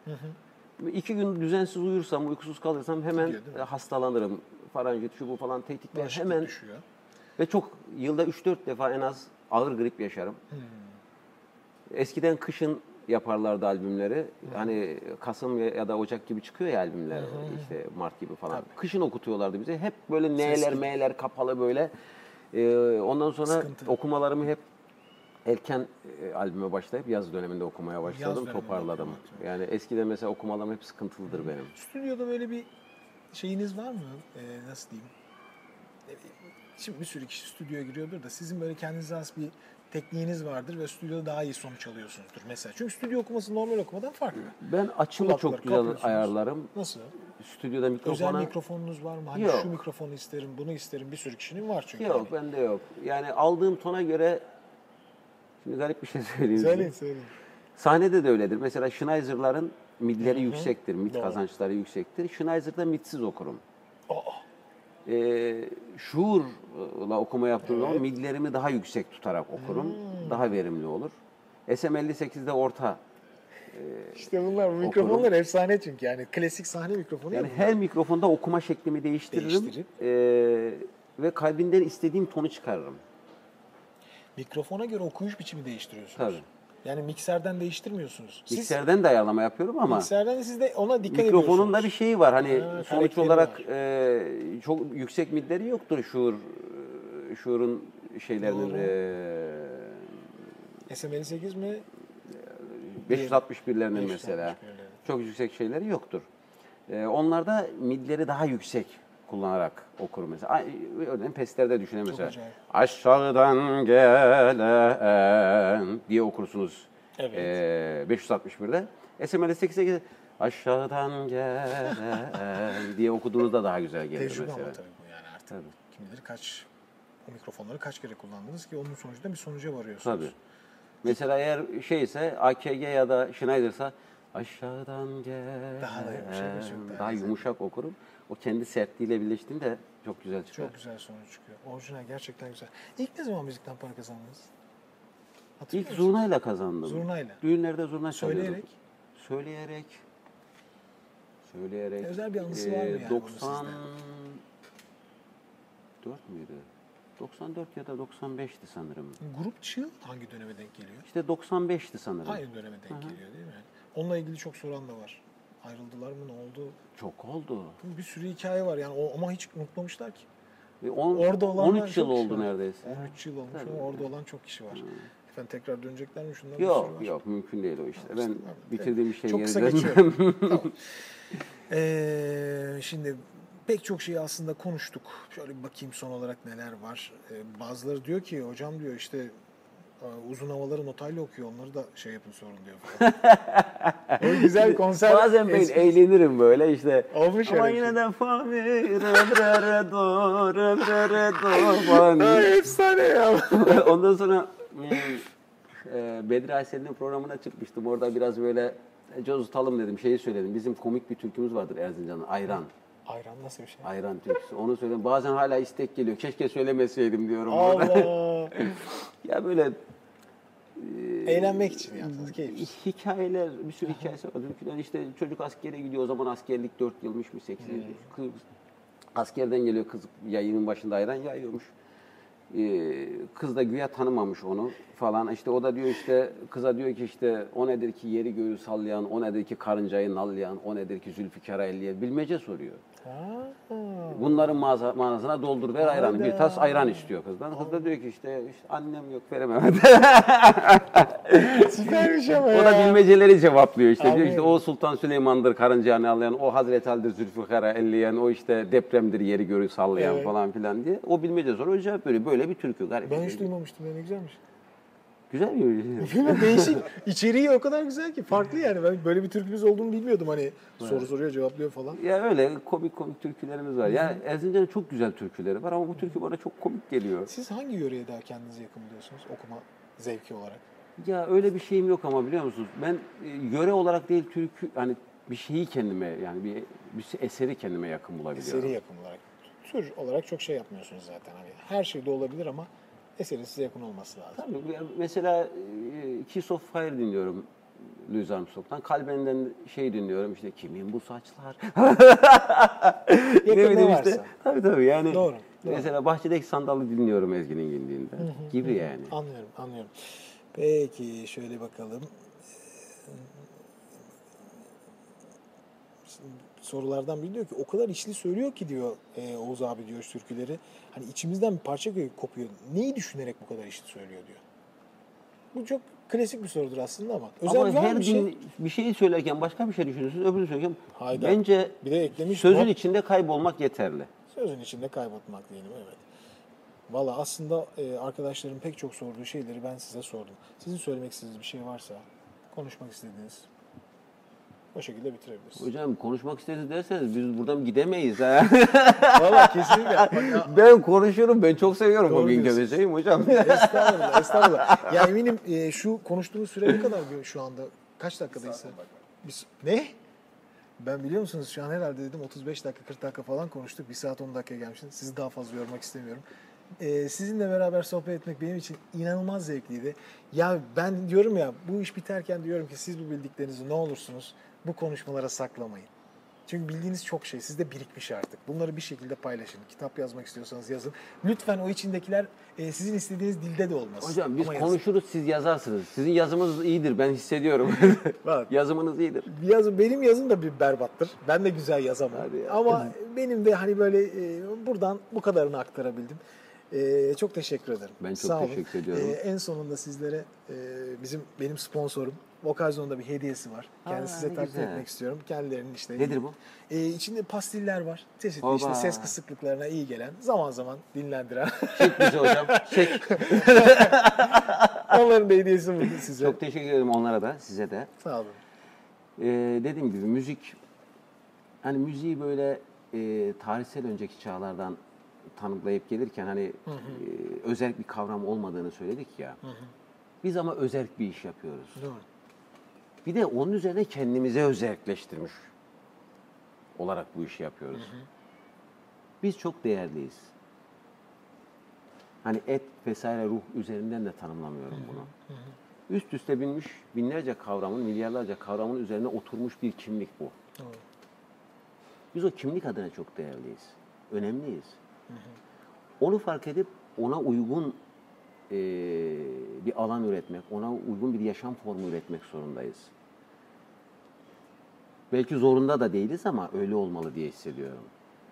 İki gün düzensiz uyursam, uykusuz kalırsam hemen Gidiyor, değil mi? hastalanırım. Faranjit, şu bu falan tetikler Bağışıklık hemen. düşüyor. Ve çok yılda üç dört defa en az ağır grip yaşarım. Hmm. Eskiden kışın yaparlardı albümleri. Hani Kasım ya da Ocak gibi çıkıyor ya albümler. İşte Mart gibi falan. Tabii. Kışın okutuyorlardı bize. Hep böyle N'ler, Sesli. M'ler kapalı böyle. Ee, ondan sonra Sıkıntı. okumalarımı hep erken e, albüme başlayıp yaz döneminde okumaya başladım, döneminde toparladım. okumak, Yani eskiden mesela okumalarım hep sıkıntılıdır benim. Stüdyoda böyle bir şeyiniz var mı? Ee, nasıl diyeyim? Ee, Şimdi bir sürü kişi stüdyoya giriyordur da sizin böyle kendinize has bir tekniğiniz vardır ve stüdyoda daha iyi sonuç alıyorsunuzdur mesela. Çünkü stüdyo okuması normal okumadan farklı. Ben açımı Kulakları çok güzel kapıyorsunuz. ayarlarım. Nasıl? Stüdyoda Özel mikrofona... mikrofonunuz var mı? Hani Yok. şu mikrofonu isterim, bunu isterim. Bir sürü kişinin var çünkü. Yok, bende yok. Yani aldığım tona göre... Şimdi garip bir şey söyleyeyim. size. Söyleyin, söyleyin. Sahnede de öyledir. Mesela Schneider'ların midleri Hı hı. yüksektir, mid Doğru. kazançları yüksektir. Schneider'da midsiz okurum. Aa, Ee, şuurla okuma yaptığım zaman midlerimi daha yüksek tutarak okurum. Hmm. Daha verimli olur. S M elli sekizde orta. işte bunlar bu mikrofonlar efsane çünkü yani klasik sahne mikrofonu Yani ya her bunlar. mikrofonda okuma şeklimi değiştiririm. Değiştirip. Ee, ve kalbinden istediğim tonu çıkarırım. Mikrofona göre okuyuş biçimi değiştiriyorsunuz. Tabii. Yani mikserden değiştirmiyorsunuz. Siz Mikserden de ayarlama yapıyorum ama mikserden de siz de ona dikkat mikrofonun ediyorsunuz. da bir şeyi var. Hani Ha, sonuç karakteri olarak var. e, çok yüksek midleri yoktur şuur e, şuurun şeylerinin Doğru. e, S M elli sekiz mi? beş yüz altmış birlerinin beş yüz altmış mesela birleri. çok yüksek şeyleri yoktur. E, onlarda midleri daha yüksek kullanarak okurum mesela. Ay, Örneğin pestlerde düşünün mesela. acayip. Aşağıdan gelen diye okursunuz. Evet. E, beş yüz altmış birde. S M elli sekize aşağıdan gelen diye okuduğunuzda daha güzel gelir Tecrübe mesela. ama tabii bu yani artık. Tabii. Kim bilir kaç o mikrofonları kaç kere kullandınız ki onun sonucunda bir sonuca varıyorsunuz. Tabii. Mesela eğer şeyse A K G ya da Schneider'sa aşağıdan gelen Daha da yumuşak, çok daha daha güzel. yumuşak okurum. O kendi sertliğiyle birleştiğinde çok güzel çıkar. Çok güzel sonuç çıkıyor. Orijinal gerçekten güzel. İlk ne zaman müzikten para kazandınız? Hatırlıyor İlk musunuz? zurnayla kazandım. Zurnayla. Düğünlerde zurna çalıyordum. Söyleyerek. Söyleyerek. Söyleyerek. Özel bir anısı var mı yani bunun doksan sizde? dört müydü? doksan dört ya da doksan beşti sanırım. Grupçı hangi döneme denk geliyor? İşte doksan beşti sanırım. Aynı döneme denk geliyor değil mi? Onunla ilgili çok soran da var. Ayrıldılar mı, ne oldu? Çok oldu. Bir sürü hikaye var yani o, ama hiç unutmamışlar ki. Ve on, Orada olanlar on üç yıl çok kişi oldu var. neredeyse. on üç yıl olmuş Tabii. ama orada olan çok kişi var. Efendim tekrar dönecekler mi? Şundan bir Yok sürü var. yok mümkün değil o işte. İşte, Ben abi, bitirdiğim bir şey Çok kısa geri geçiyorum. dönmem. Tamam. Ee, şimdi pek çok şeyi aslında konuştuk. Şöyle bir bakayım son olarak neler var. Ee, bazıları diyor ki hocam diyor işte e, uzun havaları notayla okuyor. Onları da şey yapın sorun diyor falan. O güzel konser. Bazen ben esprisi. eğlenirim böyle işte. Olmuş Ama öyle bir yine şey. de fa mi re re re do re re re do falan. Ay, efsane ya. Ondan sonra hmm, e, Bedri Aysel'in programına çıkmıştım. Orada biraz böyle e, cozutalım dedim. Şeyi söyledim. Bizim komik bir türkümüz vardır Erzincan'ın. Ayran. Ayran nasıl bir şey? Ayran türküsü. Onu söyledim. Bazen hala istek geliyor. Keşke söylemeseydim diyorum. Allah. Ya böyle Eğlenmek için yaptınız. Keyif. hikayeler, bir sürü hikayesi var. Türküler işte çocuk askere gidiyor. O zaman askerlik dört yılmış mı, sekiz yılmış. Kız askerden geliyor, kız yayının başında ayran yayıyormuş. Ee, kız da güya tanımamış onu falan. İşte o da diyor işte, kıza diyor ki işte o nedir ki yeri göğü sallayan, o nedir ki karıncayı nallayan, o nedir ki Zülfikar'a elleyen bilmece soruyor. Ha. Bunların mağaza, manasına doldur ver ayranı. Bir Hayda. tas ayran istiyor kızdan. Kız da diyor ki işte, işte annem yok veremem. Süpermiş ama O ya. da bilmeceleri cevaplıyor işte. Diyor Anlıyorum. işte o Sultan Süleyman'dır karıncanı ağlayan, o Hazreti Ali'dir Zülfikar'a elleyen, o işte depremdir yeri görü sallayan Evet. falan filan diye. O bilmece soruyor, o cevap veriyor. Böyle bir türkü garip. Ben bir hiç şey. duymamıştım ya ne güzelmiş. Güzel bir Değişik. İçeriği o kadar güzel ki. Farklı yani. Ben böyle bir türkümüz olduğunu bilmiyordum. Hani soru soruyor cevaplıyor falan. Ya öyle komik komik türkülerimiz var. Ya Erzincan'ın çok güzel türküleri var ama bu türkü bana çok komik geliyor. Siz hangi yöreye daha kendinizi yakın buluyorsunuz okuma zevki olarak? Ya öyle bir şeyim yok ama biliyor musunuz? Ben e, yöre olarak değil türkü hani bir şeyi kendime yani bir, bir eseri kendime yakın bulabiliyorum. Eseri yakın olarak. Tür olarak çok şey yapmıyorsunuz zaten. Hani her şey de olabilir ama eserin size yakın olması lazım. Tabii mesela e, Kiss of Fire dinliyorum Louis Armstrong'dan. Kalben'den şey dinliyorum işte kimin bu saçlar? Yakında bileyim varsa. Tabii tabii yani. Doğru, doğru. Mesela Bahçedeki Sandalı dinliyorum Ezgi'nin girdiğinde gibi yani. Anlıyorum, anlıyorum. Peki şöyle bakalım. Sorulardan biri diyor ki o kadar içli söylüyor ki diyor e, Oğuz abi diyor şu türküleri. Hani içimizden bir parça kopuyor. Neyi düşünerek bu kadar içli söylüyor diyor. Bu çok klasik bir sorudur aslında ama. Özel Ama var her bir bir, şey. bir şeyi söylerken başka bir şey düşünürsünüz, öbürünü söylerken Hayda. bence Bir de eklemiş sözün bu. içinde kaybolmak yeterli. Sözün içinde kaybolmak diyelim evet. Valla aslında e, arkadaşların pek çok sorduğu şeyleri ben size sordum. Sizin söylemek istediğiniz bir şey varsa, konuşmak istediğiniz o şekilde bitirebiliriz. Hocam konuşmak istediğiniz derseniz biz buradan gidemeyiz ha. Valla kesinlikle. Bak ya, Ben konuşurum, ben çok seviyorum Doğru bugün diyorsun. gevezeyim hocam. estağfurullah, estağfurullah. Ya eminim e, şu konuştuğumuz süre ne kadar şu anda? Kaç dakikadayız? Biz, ne? Ben biliyor musunuz şu an herhalde dedim otuz beş dakika kırk dakika falan konuştuk. bir saat on dakika gelmişiz. Sizi daha fazla yormak istemiyorum. Ee, sizinle beraber sohbet etmek benim için inanılmaz zevkliydi. Ya ben diyorum ya bu iş biterken diyorum ki siz bu bildiklerinizi ne olursunuz bu konuşmalara saklamayın. Çünkü bildiğiniz çok şey sizde birikmiş artık. Bunları bir şekilde paylaşın. Kitap yazmak istiyorsanız yazın. Lütfen o içindekiler e, sizin istediğiniz dilde de olmasın. Hocam biz Ama yazın. konuşuruz, siz yazarsınız. Sizin yazımınız iyidir, ben hissediyorum. Bak. Yazımınız iyidir. Yazım, benim yazım da bir berbattır. Ben de güzel yazamam. Hadi ya. Ama benim de hani böyle e, buradan bu kadarını aktarabildim. E, çok teşekkür ederim. Ben çok Sağ olun. teşekkür ediyorum. E, en sonunda sizlere e, bizim benim sponsorum Vokazyon'da bir hediyesi var. Kendisi Aa, size ne takdim güzel. etmek istiyorum. Kendilerinin işte. Nedir bu? E, içinde pastiller var. Çeşitli Oba. işte ses kısıklıklarına iyi gelen, zaman zaman dinlendiren. Çek bizi hocam, çek. Onların da hediyesi bugün size. Çok teşekkür ederim onlara da, size de. Sağ olun. Ee, dediğim gibi müzik, hani müziği böyle e, tarihsel önceki çağlardan tanımlayıp gelirken hani Hı hı. e, özerk bir kavram olmadığını söyledik ya. Hı hı. Biz ama özerk bir iş yapıyoruz. Doğru. Bir de onun üzerine kendimize özerkleştirmiş olarak bu işi yapıyoruz. Hı hı. Biz çok değerliyiz. Hani et vesaire ruh üzerinden de tanımlamıyorum bunu. Hı hı. Üst üste binmiş binlerce kavramın, milyarlarca kavramın üzerine oturmuş bir kimlik bu. Doğru. Biz o kimlik adına çok değerliyiz. Önemliyiz. Hı hı. Onu fark edip ona uygun e, bir alan üretmek, ona uygun bir yaşam formu üretmek zorundayız. Belki zorunda da değiliz ama öyle olmalı diye hissediyorum.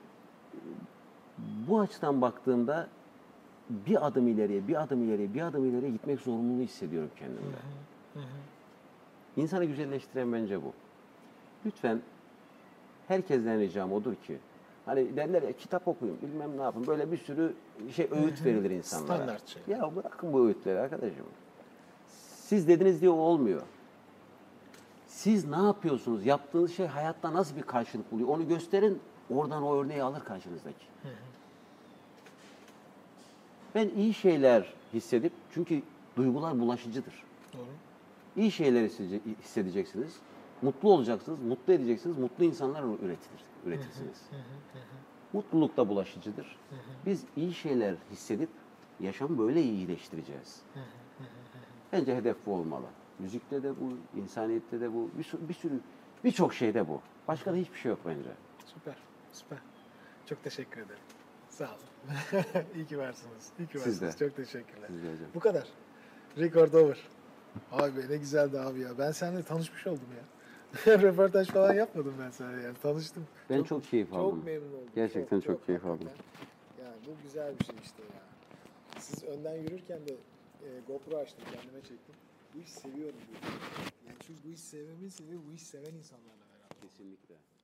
Bu açıdan baktığımda bir adım ileriye, bir adım ileriye, bir adım ileriye gitmek zorunluluğu hissediyorum kendimde. Hı hı. İnsanı güzelleştiren bence bu. Lütfen herkesten ricam odur ki, hani derler ya kitap okuyun, bilmem ne yapın, böyle bir sürü şey öğüt verilir insanlara. Standart şey. Ya bırakın bu öğütleri arkadaşım. Siz dediniz diye o olmuyor. Siz ne yapıyorsunuz? Yaptığınız şey hayatta nasıl bir karşılık buluyor? Onu gösterin, oradan o örneği alır karşınızdaki. Hı hı. Ben iyi şeyler hissedip, çünkü duygular bulaşıcıdır. Doğru. İyi şeyler hissedeceksiniz, mutlu olacaksınız, mutlu edeceksiniz, mutlu insanlar üretilir, üretirsiniz. Hı hı hı hı. Mutluluk da bulaşıcıdır. Hı hı. Biz iyi şeyler hissedip yaşamı böyle iyileştireceğiz. Hı hı hı hı. Bence hedef bu olmalı. Müzikte de bu, insaniyette de bu, bir sürü, bir sürü birçok şeyde bu. Başka da hiçbir şey yok bence. Süper, süper. Çok teşekkür ederim. Sağ olun. İyi ki varsınız. İyi ki Siz varsınız. de. Çok teşekkürler. Siz de hocam. Bu kadar. Record over. Abi be ne güzeldi abi ya. Ben seninle tanışmış oldum ya. Röportaj falan yapmadım ben seninle yani. Tanıştım. Ben çok keyif aldım. Çok memnun oldum. Gerçekten çok keyif aldım. hakikaten. Yani bu güzel bir şey işte ya. Siz önden yürürken de e, GoPro açtım, kendime çektim. Bu işi seviyorum. Bu işi. Yani çünkü bu işi sevmemin sebebi bu işi seven insanlarla beraber. Kesinlikle.